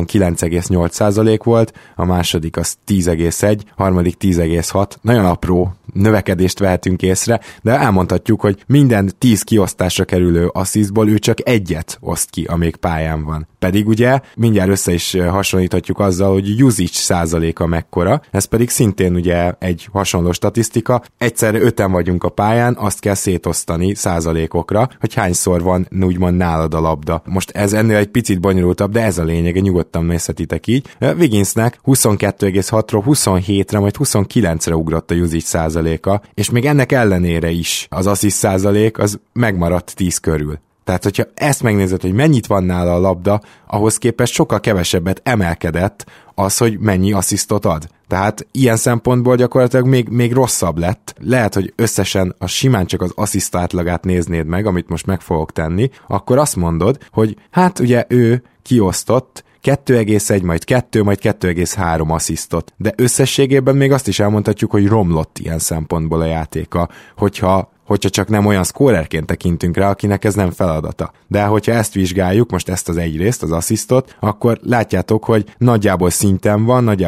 9,8% volt, a második az 10,1, harmadik 10,6, nagyon apró növekedést vehetünk észre, de elmondhatjuk, hogy minden 10 kiosztásra kerülő asszisztból ő csak egyet oszt ki, amíg pályán van. Pedig ugye mindjárt össze is hasonlíthatjuk azzal, hogy usage százaléka mekkora, ez pedig szintén ugye egy hasonló statisztika, egyszerre 5-en vagyunk a pályán, azt kell szétosztani százalékokra, hogy hányszor van úgymond nálad a labda. Most ez ennél egy picit bonyolultabb, de ez a lényege, nyugodtan nézhetitek így. Wigginsnek 22,6-ról 27-re, majd 29-re ugrott a usage százaléka, és még ennek ellenére is az assziszt százalék az megmaradt 10 körül. Tehát, hogyha ezt megnézed, hogy mennyit van nála a labda, ahhoz képest sokkal kevesebbet emelkedett az, hogy mennyi asszisztot ad. Tehát ilyen szempontból gyakorlatilag még rosszabb lett. Lehet, hogy összesen a simán csak az assziszt átlagát néznéd meg, amit most meg fogok tenni, akkor azt mondod, hogy hát ugye ő kiosztott 2,1, majd 2, majd 2,3 asszisztot. De összességében még azt is elmondhatjuk, hogy romlott ilyen szempontból a játéka, hogyha csak nem olyan szkórerként tekintünk rá, akinek ez nem feladata. De hogyha ezt vizsgáljuk, most ezt az egy részt, az asszisztot, akkor látjátok, hogy nagyjából szinten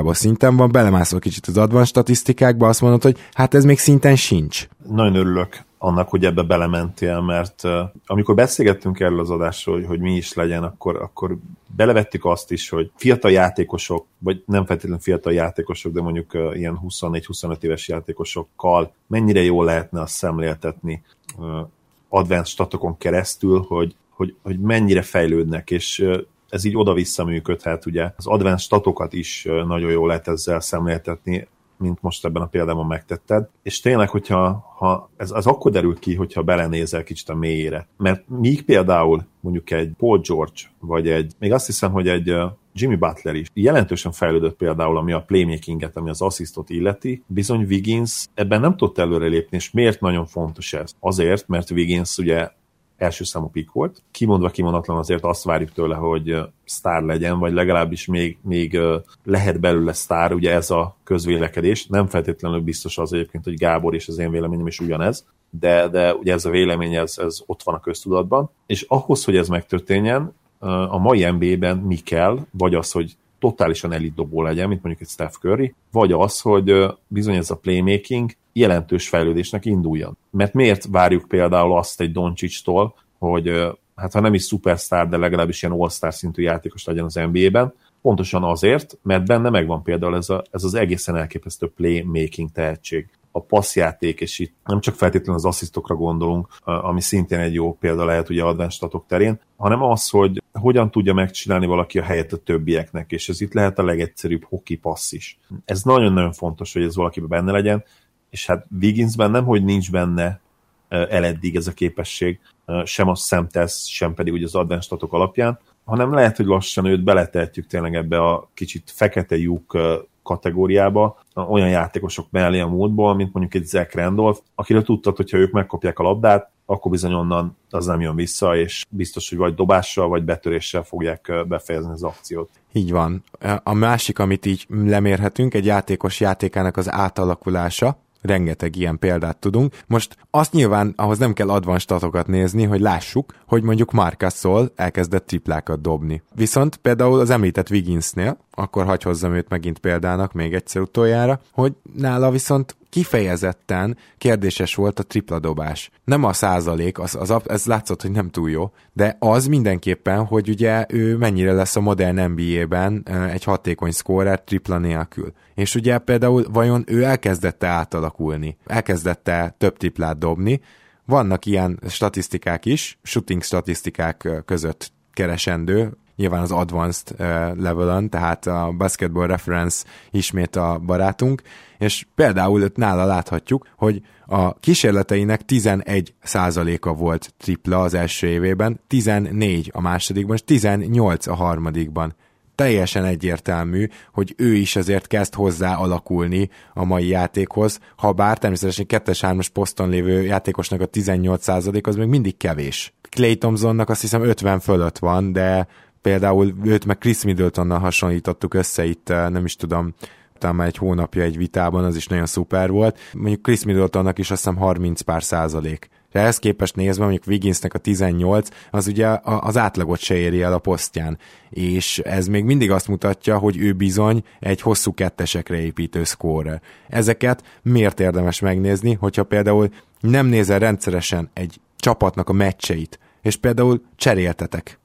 van, belemászol kicsit az advanced statisztikákba, azt mondod, hogy hát ez még szinten sincs. Nagyon örülök annak, hogy ebbe belementél, mert amikor beszélgettünk erről az adásról, hogy mi is legyen, akkor belevettük azt is, hogy fiatal játékosok, vagy nem feltétlenül fiatal játékosok, de mondjuk ilyen 24-25 éves játékosokkal mennyire jól lehetne azt szemléltetni advanced statokon keresztül, hogy mennyire fejlődnek, és ez így oda-vissza működhet, ugye az advanced statokat is nagyon jól lehet ezzel szemléltetni, mint most ebben a példában megtetted. És tényleg, hogyha ez az akkor derül ki, hogyha belenézel kicsit a mélyére. Mert míg például mondjuk egy Paul George, vagy még azt hiszem, hogy egy Jimmy Butler is jelentősen fejlődött például, ami a playmakinget, ami az asszisztot illeti, bizony Wiggins ebben nem tudott előrelépni, és miért nagyon fontos ez? Azért, mert Wiggins ugye első számú pick volt. Kimondva kimondatlan azért azt várjuk tőle, hogy sztár legyen, vagy legalábbis még lehet belőle sztár, ugye ez a közvélekedés. Nem feltétlenül biztos az egyébként, hogy Gábor és az én véleményem is ugyanez, de ugye ez a vélemény, ez ott van a köztudatban. És ahhoz, hogy ez megtörténjen, a mai NBA-ben mi kell, vagy az, hogy totálisan elit dobó legyen, mint mondjuk egy Steph Curry, vagy az, hogy bizony ez a playmaking jelentős fejlődésnek induljon. Mert miért várjuk például azt egy Doncsics-tól, hogy hát ha nem is szupersztár, de legalábbis ilyen all-star szintű játékos legyen az NBA-ben, pontosan azért, mert benne megvan például ez az egészen elképesztő playmaking tehetség. A passzjáték, és itt nem csak feltétlenül az asszisztokra gondolunk, ami szintén egy jó példa lehet ugye advanced statok terén, hanem az, hogy hogyan tudja megcsinálni valaki a helyet a többieknek, és ez itt lehet a legegyszerűbb hoki passz is. Ez nagyon-nagyon fontos, hogy ez valakiben benne legyen, és hát Wigginsben nem, hogy nincs benne eleddig ez a képesség, sem a szemtesz, sem pedig ugye az advanced statok alapján, hanem lehet, hogy lassan őt beletehetjük tényleg ebbe a kicsit fekete lyuk kategóriába, olyan játékosok mellé a múltból, mint mondjuk egy Zach Randolph, akiről tudtad, hogyha ők megkapják a labdát, akkor bizony onnan az nem jön vissza, és biztos, hogy vagy dobással, vagy betöréssel fogják befejezni az akciót. Így van. A másik, amit így lemérhetünk, egy játékos játékának az átalakulása, rengeteg ilyen példát tudunk. Most azt nyilván, ahhoz nem kell advanced statokat nézni, hogy lássuk, hogy mondjuk Marc Gasol elkezdett triplákat dobni. Viszont például az említett Wigginsnél, akkor hagy hozzam őt megint példának még egyszer utoljára, hogy nála viszont kifejezetten kérdéses volt a tripladobás. Nem a százalék, ez látszott, hogy nem túl jó, de az mindenképpen, hogy ugye ő mennyire lesz a modern NBA-ben egy hatékony scorer tripla nélkül. És ugye például vajon ő elkezdette átalakulni, elkezdette több triplát dobni, vannak ilyen statisztikák is, shooting statisztikák között keresendő, nyilván az advanced levelön, tehát a Basketball Reference ismét a barátunk, és például nála láthatjuk, hogy a kísérleteinek 11%-a volt tripla az első évében, 14 a másodikban, és 18 a harmadikban. Teljesen egyértelmű, hogy ő is azért kezd hozzá alakulni a mai játékhoz, ha bár természetesen 2-3-as poszton lévő játékosnak a 18% az még mindig kevés. Klay Thompsonnak azt hiszem 50 fölött van, de például őt meg Chris Middletonnal hasonlítottuk össze itt, nem is tudom, talán már egy hónapja egy vitában, az is nagyon szuper volt. Mondjuk Chris Middletonnak is azt hiszem 30 pár százalék. De ehhez képest nézve, mondjuk Wigginsnek a 18, az ugye az átlagot se éri el a posztján. És ez még mindig azt mutatja, hogy ő bizony egy hosszú kettesekre építő scorer. Ezeket miért érdemes megnézni, hogyha például nem nézel rendszeresen egy csapatnak a meccseit, és például cseréltetek.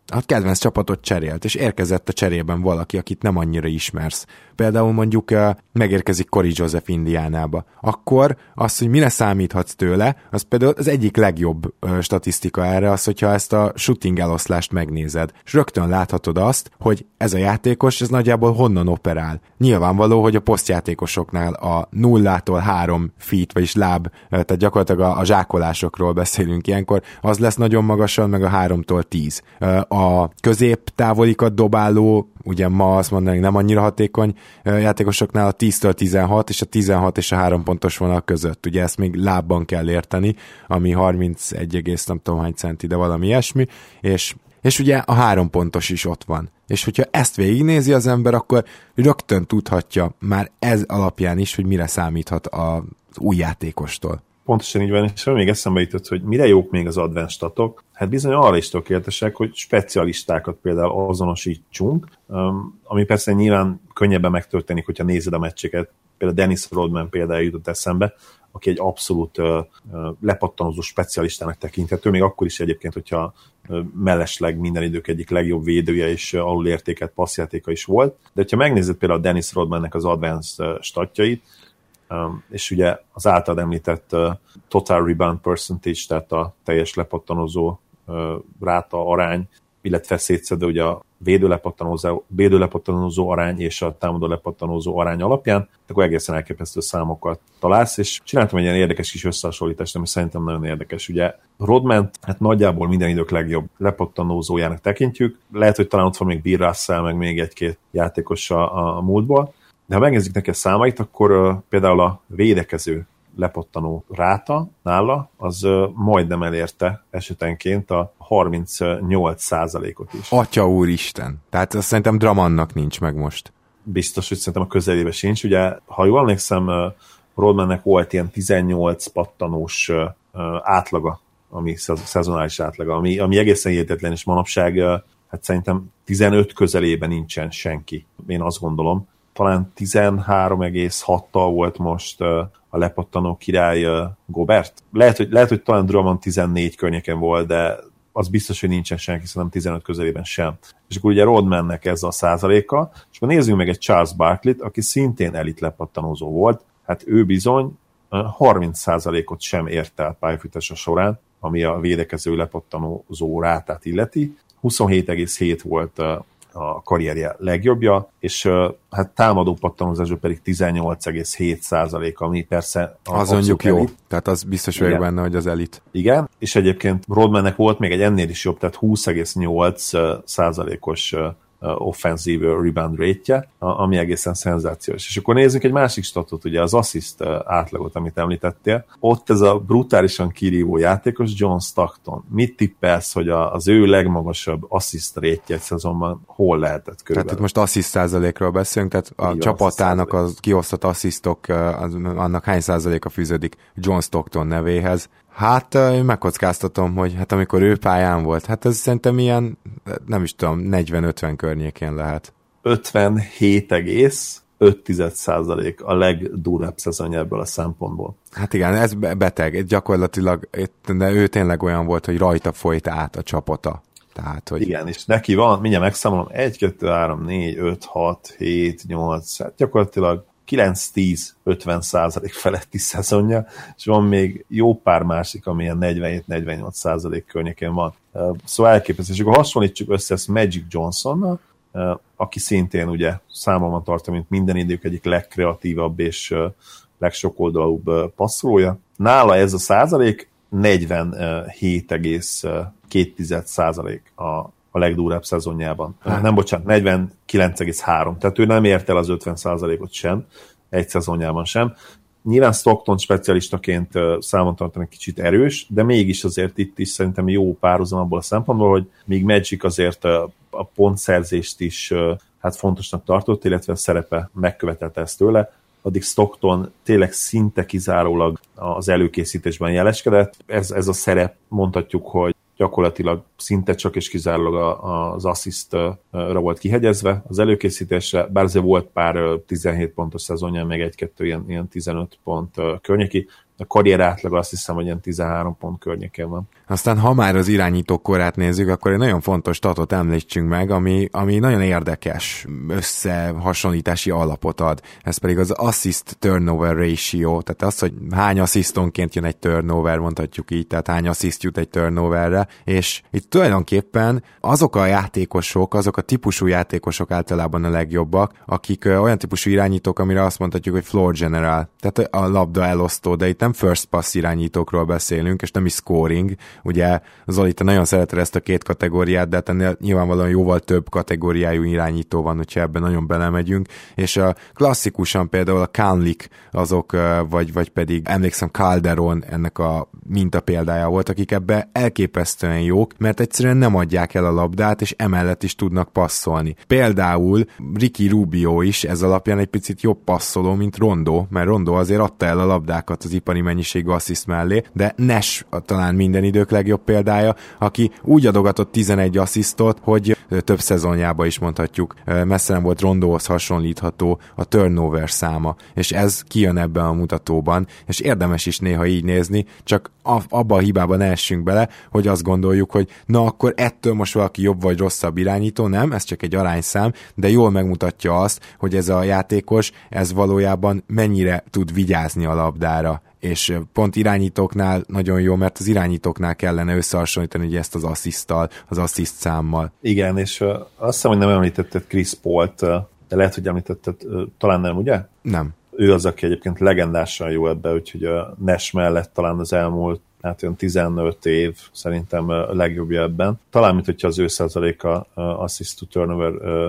a kedvenc csapatot cserélt, és érkezett a cserében valaki, akit nem annyira ismersz. Például mondjuk megérkezik Corey Joseph Indiánába. Akkor az, hogy mire számíthatsz tőle, az például az egyik legjobb statisztika erre az, hogyha ezt a shooting eloszlást megnézed. És rögtön láthatod azt, hogy ez a játékos, ez nagyjából honnan operál. Nyilvánvaló, hogy a posztjátékosoknál a 0-tól 3 feet, vagyis láb, tehát gyakorlatilag a zsákolásokról beszélünk ilyenkor, az lesz nagyon magasan, meg a 3-tól 10. A középtávolikat dobáló, ugye ma azt mondanék nem annyira hatékony játékosoknál a 10-től 16, és a 16 és a 3 pontos vonal között. Ugye ezt még lábban kell érteni, ami 31, nem tudom hány centi, de valami ilyesmi, és ugye a 3 pontos is ott van. És hogyha ezt végignézi az ember, akkor rögtön tudhatja már ez alapján is, hogy mire számíthat az új játékostól. Pontosan így van, és még eszembe jutott, hogy mire jók még az advanced statok, hát bizony arra is tökéletesek, hogy specialistákat például azonosítsunk, ami persze nyilván könnyebben megtörténik, hogyha nézed a meccseket. Például Dennis Rodman például jutott eszembe, aki egy abszolút lepattanozó specialistának tekinthető, még akkor is egyébként, hogyha mellesleg minden idők egyik legjobb védője és alulértékelt passzjátéka is volt. De hogyha megnézed például a Dennis Rodmannek az advanced statjait, és ugye az általad említett total rebound percentage, tehát a teljes lepattanozó ráta arány, illetve szétszedve ugye a védő lepattanozó arány és a támadó lepattanozó arány alapján, akkor egészen elképesztő számokat találsz, és csináltam egy ilyen érdekes kis összehasonlítást, ami szerintem nagyon érdekes. Ugye Rodman, hát nagyjából minden idők legjobb lepattanozójának tekintjük, lehet, hogy talán ott van még Bill Russell, meg még egy-két játékos a múltból, de ha megnézzük neki a számait, akkor például a védekező lepattanó ráta nála, az majdnem elérte esetenként a 38%-ot is. Atya úristen! Tehát azt szerintem Dramannak nincs meg most. Biztos, hogy szerintem a közelébe sincs. Ugye, ha jól emlékszem, Rodmannek volt ilyen 18 pattanós átlaga, ami szezonális átlaga, ami egészen hihetetlen, és manapság hát szerintem 15 közelében nincsen senki. Én azt gondolom. Talán 13,6-tal volt most a lepattanó király Gobert. Lehet, hogy talán Drummond 14 környéken volt, de az biztos, hogy nincsen senki, szerintem 15 közelében sem. És akkor ugye Rodmannek ez a százaléka, és akkor nézzünk meg egy Charles Barkleyt, aki szintén elit lepattanózó volt. Hát ő bizony 30%-ot sem ért el pályafutása során, ami a védekező lepattanózó rátát illeti. 27,7 volt a karrierje legjobbja, és hát támadó pattanozásban pedig 18,7%, ami persze az mondjuk jó, tehát az biztos vagyok benne, hogy az elit. Igen, és egyébként Rodmannek volt még egy ennél is jobb, tehát 20,8%-os offensive rebound rate-je, ami egészen szenzációs. És akkor nézzük egy másik statot, ugye az assist átlagot, amit említettél. Ott ez a brutálisan kirívó játékos John Stockton. Mit tippelsz, hogy az ő legmagasabb assist rate-je egy szezonban hol lehetett körülbelül? Tehát itt most assist százalékról beszélünk, tehát a csapatának az kiosztott asszisztok, annak hány százaléka fűződik John Stockton nevéhez? Hát megkockáztatom, hogy hát amikor ő pályán volt, hát ez szerintem ilyen, nem is tudom, 40-50 környékén lehet. 57,5% a legdurvább szezonja ebből a szempontból. Hát igen, ez beteg. Gyakorlatilag de ő tényleg olyan volt, hogy rajta folyt át a csapata. Tehát, hogy... Igen, és neki van, mindjárt megszámolom, 1, 2, 3, 4, 5, 6, 7, 8, hát gyakorlatilag 9-10-50% feletti szezonja, és van még jó pár másik, ami ilyen 47-48% környékén van. Szóval elképesztő. És akkor hasonlítsuk össze ezt Magic Johnsonnal, aki szintén ugye számomra tartom, mint minden idők egyik legkreatívabb és legsokoldalúbb passzolója. Nála ez a százalék 47,2% a legdurvább szezonjában. Nem, bocsánat, 49,3. Tehát ő nem ért el az 50%-ot sem, egy szezonjában sem. Nyilván Stockton specialistaként számon tartani kicsit erős, de mégis azért itt is szerintem jó párhuzam abból a szempontból, hogy még Magic azért a pontszerzést is hát fontosnak tartott, illetve a szerepe megkövetelte ezt tőle, addig Stockton tényleg szinte kizárólag az előkészítésben jeleskedett. Ez a szerep, mondhatjuk, hogy gyakorlatilag szinte csak és kizárólag az asszistra volt kihegyezve az előkészítésre, bár azért volt pár 17 pontos szezonja, meg egy-kettő ilyen 15 pont környéki, a karrier átlag azt hiszem, hogy ilyen 13 pont környékén van. Aztán ha már az irányítók korát nézzük, akkor egy nagyon fontos statot említsünk meg, ami nagyon érdekes összehasonlítási alapot ad. Ez pedig az assist turnover ratio, tehát az, hogy hány assistonként jön egy turnover, mondhatjuk így, tehát hány assist jut egy turnoverre, és itt tulajdonképpen azok a játékosok, azok a típusú játékosok általában a legjobbak, akik olyan típusú irányítók, amire azt mondhatjuk, hogy floor general, tehát a labda elosztó, de itt nem first pass irányítókról beszélünk, és nem is scoring. Ugye Zoli, te nagyon szereted ezt a két kategóriát, de ennél nyilvánvalóan jóval több kategóriájú irányító van, hogyha ebben nagyon belemegyünk, és a klasszikusan például a Conley azok, vagy pedig emlékszem Calderon ennek a mintapéldája volt, akik ebbe elképesztően jók, mert egyszerűen nem adják el a labdát, és emellett is tudnak passzolni. Például Ricky Rubio is ez alapján egy picit jobb passzoló, mint Rondo, mert Rondo azért adta el a labdákat az ipari mennyiségű assziszt mellé, de Nash talán minden idők legjobb példája, aki úgy adogatott 11 asszisztot, hogy több szezonjában is mondhatjuk, messze nem volt Rondohoz hasonlítható a turnover száma, és ez kijön ebben a mutatóban, és érdemes is néha így nézni, csak abba a hibában ne essünk bele, hogy azt gondoljuk, hogy na akkor ettől most valaki jobb vagy rosszabb irányító, nem, ez csak egy arányszám, de jól megmutatja azt, hogy ez a játékos, ez valójában mennyire tud vigyázni a labdára, és pont irányítóknál nagyon jó, mert az irányítóknál kellene összehasonlítani ugye ezt az assziszttal, az assziszt számmal. Igen, és azt hiszem, hogy nem említetted Chris Paul-t, de lehet, hogy említetted, talán nem, ugye? Nem. Ő az, aki egyébként legendásan jó ebbe, úgyhogy a Nash mellett talán az elmúlt olyan 15 év szerintem a legjobbja ebben. Talán, mint hogyha az ő százaléka assist to turnover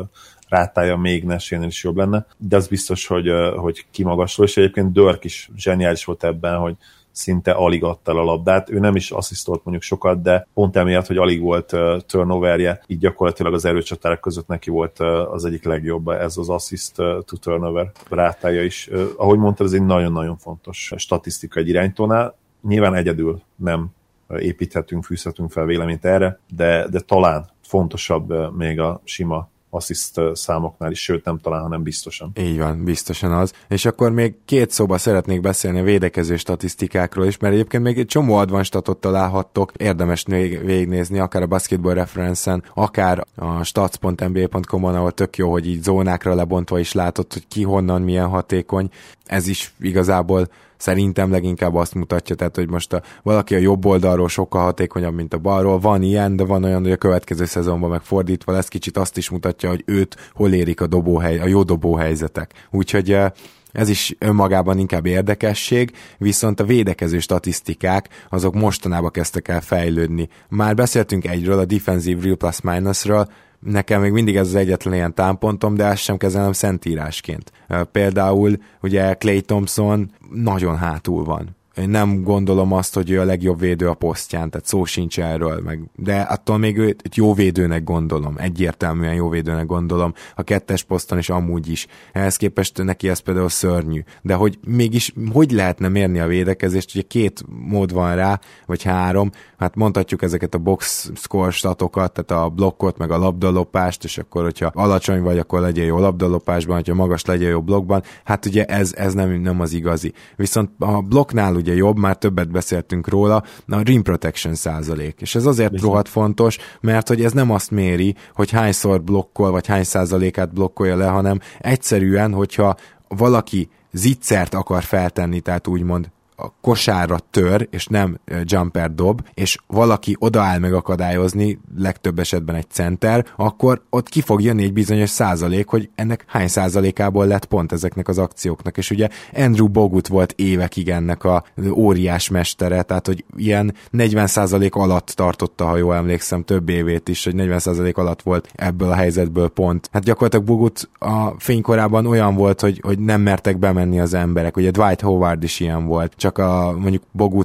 rátája még Nash-énél is jobb lenne, de az biztos, hogy kimagasló, és egyébként Dirk is zseniális volt ebben, hogy szinte alig adta el a labdát. Ő nem is asszisztolt mondjuk sokat, de pont emiatt, hogy alig volt turnoverje, így gyakorlatilag az erőcsatárok között neki volt az egyik legjobb ez az assist to turnover rátája is. Ahogy mondtad, ez egy nagyon-nagyon fontos statisztika egy irányítónál. Nyilván egyedül nem építhetünk, fűzhetünk fel véleményt erre, de talán fontosabb még a sima assziszt számoknál is, sőt nem talán, hanem biztosan. Így van, biztosan az. És akkor még két szóba szeretnék beszélni a védekező statisztikákról is, mert egyébként még egy csomó advanced statot találhattok, érdemes végignézni, akár a Basketball Reference-en, akár a stats.nba.com-on, ahol tök jó, hogy így zónákra lebontva is látod, hogy ki honnan milyen hatékony. Ez is igazából szerintem leginkább azt mutatja, tehát hogy most valaki a jobb oldalról sokkal hatékonyabb, mint a balról. Van ilyen, de van olyan, hogy a következő szezonban megfordítva lesz, kicsit azt is mutatja, hogy őt hol érik a jó dobóhelyzetek. Úgyhogy ez is önmagában inkább érdekesség, viszont a védekező statisztikák azok mostanában kezdtek el fejlődni. Már beszéltünk egyről, a Defensive Real Plus Minusról, nekem még mindig ez az egyetlen ilyen támpontom, de ezt sem kezelem szentírásként. Például ugye Klay Thompson nagyon hátul van. Én nem gondolom azt, hogy ő a legjobb védő a posztján, tehát szó sincs erről, de attól még őt jó védőnek gondolom, egyértelműen jó védőnek gondolom, a kettes poszton is amúgy is. Ehhez képest neki ez például szörnyű. De hogy mégis hogy lehetne mérni a védekezést, ugye két mód van rá, vagy három, hát mondhatjuk ezeket a box score statokat, tehát a blokkot, meg a labdalopást, és akkor, hogyha alacsony vagy, akkor legyen jó labdalopásban, hogyha magas legyen jó blokkban, hát ugye ez nem az igazi. Viszont a blokknál ugye jobb, már többet beszéltünk róla, a rim protection százalék. És ez azért rohadt fontos, mert hogy ez nem azt méri, hogy hányszor blokkol, vagy hány százalékát blokkolja le, hanem egyszerűen, hogyha valaki zicsert akar feltenni, tehát úgymond a kosárra tör, és nem jumper dob, és valaki odaáll megakadályozni, legtöbb esetben egy center, akkor ott ki fog jönni egy bizonyos százalék, hogy ennek hány százalékából lett pont ezeknek az akcióknak. És ugye Andrew Bogut volt évekig ennek a óriás mestere, tehát hogy ilyen 40% alatt tartotta, ha jól emlékszem, több évét is, hogy 40% alatt volt ebből a helyzetből pont. Hát gyakorlatilag Bogut a fénykorában olyan volt, hogy nem mertek bemenni az emberek. Ugye Dwight Howard is ilyen volt, csak mondjuk Bogut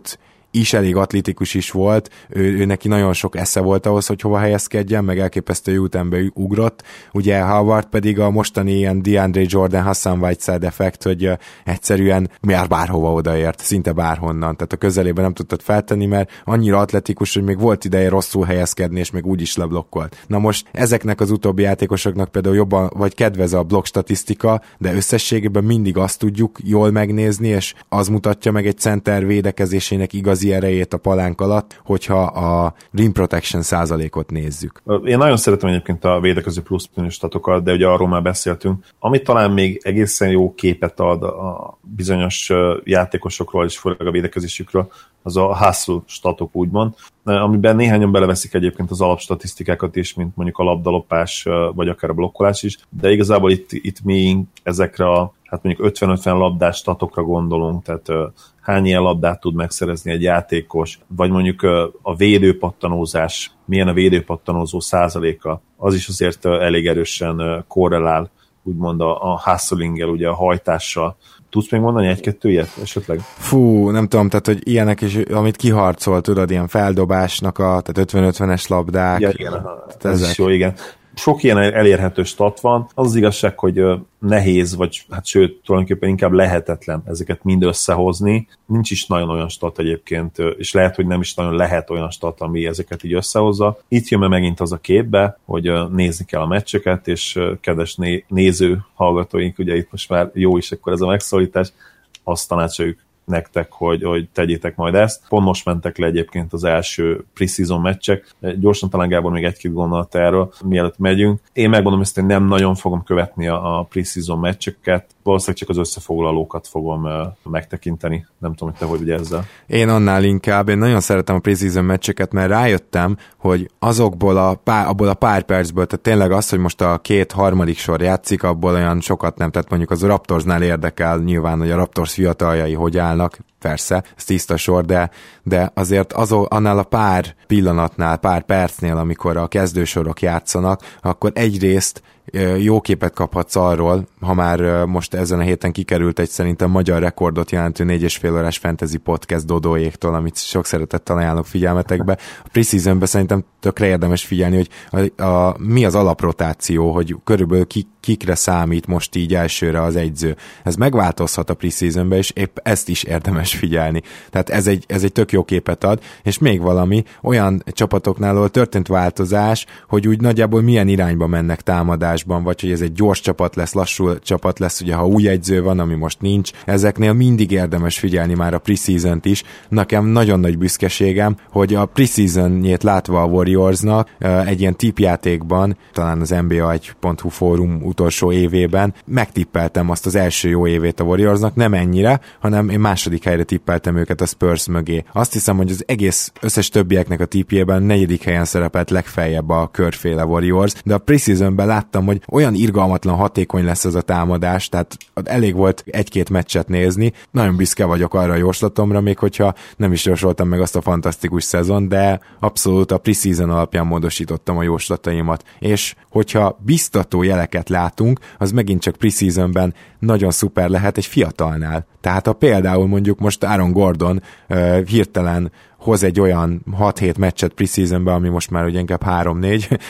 is elég atletikus is volt, ő neki nagyon sok esze volt ahhoz, hogy hova helyezkedjen, meg elképesztő jó ütembe ugrott. Ugye Howard pedig a mostani ilyen DeAndre Jordan, Hassan Whiteside effekt, hogy egyszerűen már bárhova odaért, szinte bárhonnan, tehát a közelében nem tudtad feltenni, mert annyira atletikus, hogy még volt ideje rosszul helyezkedni, és még úgy is leblokkolt. Na most ezeknek az utóbbi játékosoknak például jobban vagy kedvez a blokk statisztika, de összességében mindig azt tudjuk jól megnézni, és az mutatja meg egy center védekezésének igazi erejét a palánk alatt, hogyha a rim protection százalékot nézzük. Én nagyon szeretem egyébként a védekező plusz-minus statokat, de ugye arról már beszéltünk. Amit talán még egészen jó képet ad a bizonyos játékosokról, és főleg a védekezésükről, az a hustle statok úgymond, amiben néhányan beleveszik egyébként az alapstatisztikákat is, mint mondjuk a labdalopás, vagy akár a blokkolás is, de igazából itt mi ezekre a hát mondjuk 50-50 labdás statokra gondolunk, tehát hány ilyen labdát tud megszerezni egy játékos, vagy mondjuk a védőpattanózás, milyen a védőpattanózó százaléka, az is azért elég erősen korrelál, úgymond a hustlinggel, ugye a hajtással. Tudsz még mondani egy-kettő ilyet esetleg? Fú, nem tudom, tehát hogy ilyenek is, amit kiharcol, tudod, ilyen feldobásnak, tehát 50-50-es labdák. Ja, igen, ez is jó, igen. Sok ilyen elérhető stat van. Az igazság, hogy nehéz, vagy hát sőt, tulajdonképpen inkább lehetetlen ezeket mind összehozni. Nincs is nagyon olyan stat egyébként, és lehet, hogy nem is nagyon lehet olyan stat, ami ezeket így összehozza. Itt jön megint az a képbe, hogy nézni kell a meccseket, és kedves néző hallgatóink, ugye itt most már jó is akkor ez a megszólítás, azt tanácsoljuk nektek, hogy tegyétek majd ezt. Pont most mentek le egyébként az első preseason meccsek. Gyorsan talán Gábor még egy-két gondolat erről, mielőtt megyünk. Én megmondom ezt, hogy nem nagyon fogom követni a preseason meccseket. Valószínűleg csak az összefoglalókat fogom megtekinteni. Nem tudom, hogy te hogy ugye ezzel. Én annál inkább. Én nagyon szeretem a preseason meccseket, mert rájöttem, hogy azokból abból a pár percből, tehát tényleg az, hogy most a két harmadik sor játszik, abból olyan sokat nem. Tehát mondjuk az a Raptorsnál érdekel nyilván, hogy a Raptors fiataljai hogy állnak, persze, ez tiszta sor, de azért annál a pár pillanatnál, pár percnél, amikor a kezdősorok játszanak, akkor egyrészt jó képet kaphatsz arról, ha már most ezen a héten kikerült egy szerintem magyar rekordot jelentő 4,5 órás fantasy podcast Dodóéktól, amit sok szeretettel ajánlok figyelmetekbe. A preseasonben szerintem tökre érdemes figyelni, hogy mi az alaprotáció, hogy körülbelül kikre számít most így elsőre az egyző. Ez megváltozhat a preseasonben, és épp ezt is érdemes figyelni. Tehát ez egy tök jó képet ad, és még valami, olyan csapatoknál, ahol történt változás, hogy úgy nagyjából milyen irányba mennek támadásban, vagy hogy ez egy gyors csapat lesz, lassú csapat lesz, ugye ha új egyző van, ami most nincs. Ezeknél mindig érdemes figyelni már a preseason-t is. Nekem nagyon nagy büszkeségem, hogy a preseason-jét látva a Warriorsnak egy ilyen tippjátékban, talán az NBA1.hu fórum utolsó évében megtippeltem azt az első jó évét a Warriorsnak, nem ennyire, hanem én második helyre tippeltem őket a Spurs mögé. Azt hiszem, hogy az egész összes többieknek a tippjében negyedik helyen szerepelt legfeljebb a körféle Warriors, de a preseasonben láttam, hogy olyan irgalmatlan hatékony lesz ez a támadás, tehát elég volt egy-két meccset nézni. Nagyon büszke vagyok arra a jóslatomra, még hogyha nem is jósoltam meg azt a fantasztikus szezon, de abszolút a preseason alapján módosítottam a jóslataimat. És hogyha biztató jeleket látunk, az megint csak preseasonben nagyon szuper lehet egy fiatalnál. Tehát ha például mondjuk most Aaron Gordon hirtelen hoz egy olyan 6-7 meccset preseasonben, ami most már ugye inkább 3-4,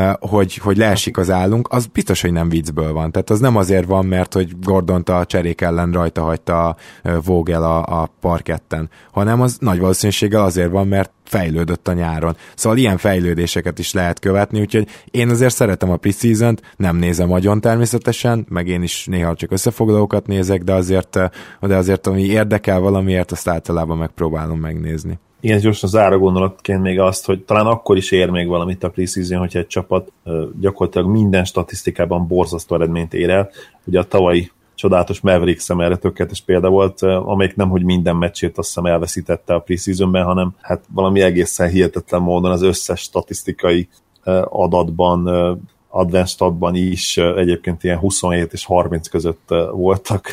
hogy leesik az állunk, az biztos, hogy nem viccből van. Tehát az nem azért van, mert hogy Gordont a cserék ellen rajta hagyta a Vogel a parketten, hanem az nagy valószínűséggel azért van, mert fejlődött a nyáron. Szóval ilyen fejlődéseket is lehet követni, úgyhogy én azért szeretem a preseason-t, nem nézem agyon természetesen, meg én is néha csak összefoglalókat nézek, de azért ami érdekel valamiért, azt általában megpróbálom megnézni. Igen, gyorsan záró gondolatként még azt, hogy talán akkor is ér még valamit a preseason, hogyha egy csapat gyakorlatilag minden statisztikában borzasztó eredményt ér el. Ugye a tavalyi csodálatos Mavericks-em erre tökéletes példa volt, amelyik nem, hogy minden meccsét azt hiszem elveszítette a preseasonben, hanem hát valami egészen hihetetlen módon az összes statisztikai adatban, advanced statban is egyébként ilyen 27 és 30 között voltak,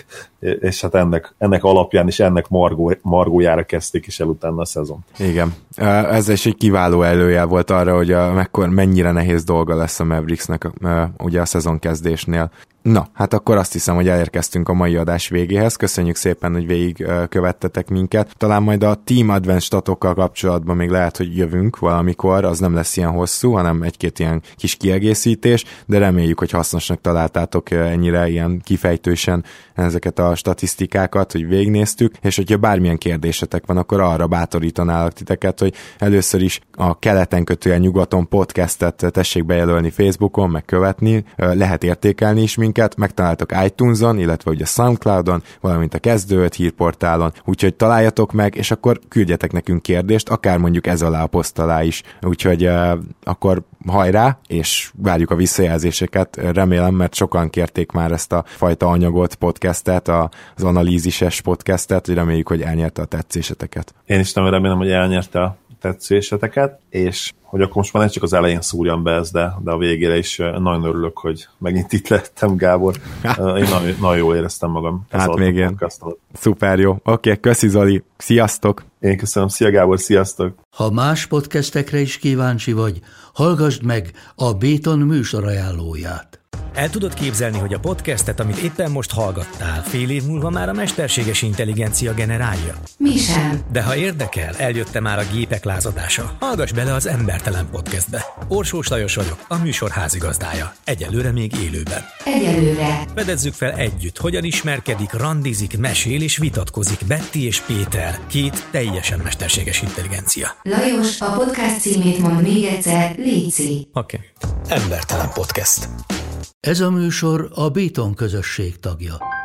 és hát ennek alapján is ennek margójára kezdték is el utána a szezon. Igen. Ez is egy kiváló előjel volt arra, hogy mennyire nehéz dolga lesz a Mavericksnek ugye a szezon kezdésnél. Na, hát akkor azt hiszem, hogy elérkeztünk a mai adás végéhez. Köszönjük szépen, hogy végig követtetek minket. Talán majd a Team Advance statokkal kapcsolatban még lehet, hogy jövünk valamikor, az nem lesz ilyen hosszú, hanem egy-két ilyen kis kiegészítés, de reméljük, hogy hasznosnak találtátok ennyire ilyen kifejtősen ezeket a statisztikákat, hogy végignéztük, és hogyha bármilyen kérdésetek van, akkor arra bátorítanálak titeket, hogy először is a Keleten _ Nyugaton podcastet tessék bejelölni Facebookon, meg követni, lehet értékelni is minket, megtaláltok iTunes-on, illetve ugye SoundCloud-on, valamint a Kezdő 5 hírportálon, úgyhogy találjatok meg, és akkor küldjetek nekünk kérdést, akár mondjuk ez alá a poszt alá is, úgyhogy akkor hajrá, és várjuk a visszajelzéseket, remélem, mert sokan kérték már ezt a fajta anyagot, podcastet, az analízises podcastet, hogy reméljük, hogy elnyerte a tetszéseteket. Én is nem remélem, hogy elnyerte a tetszéseteket, és hogy akkor most már nem csak az elején szúrjam be ezt, de a végére is nagyon örülök, hogy megint itt lettem, Gábor. Én nagyon jól éreztem magam. Hát még én. Szuper jó. Oké, köszi Zoli. Sziasztok! Én köszönöm. Szia Gábor, sziasztok! Ha más podcastekre is kíváncsi vagy, hallgassd meg a Béton műsor ajánlóját. El tudod képzelni, hogy a podcastet, amit éppen most hallgattál, fél év múlva már a mesterséges intelligencia generálja? Mi sem. De ha érdekel, eljött már a gépek lázadása. Hallgass bele az Embertelen Podcastbe. Orsós Lajos vagyok, a műsor házigazdája. Egyelőre még élőben. Egyelőre. Fedezzük fel együtt, hogyan ismerkedik, randizik, mesél és vitatkozik Betty és Péter, két teljesen mesterséges intelligencia. Lajos, a podcast címét mond még egyszer, léci. Oké. Embertelen Podcast. Ez a műsor a Béton közösség tagja.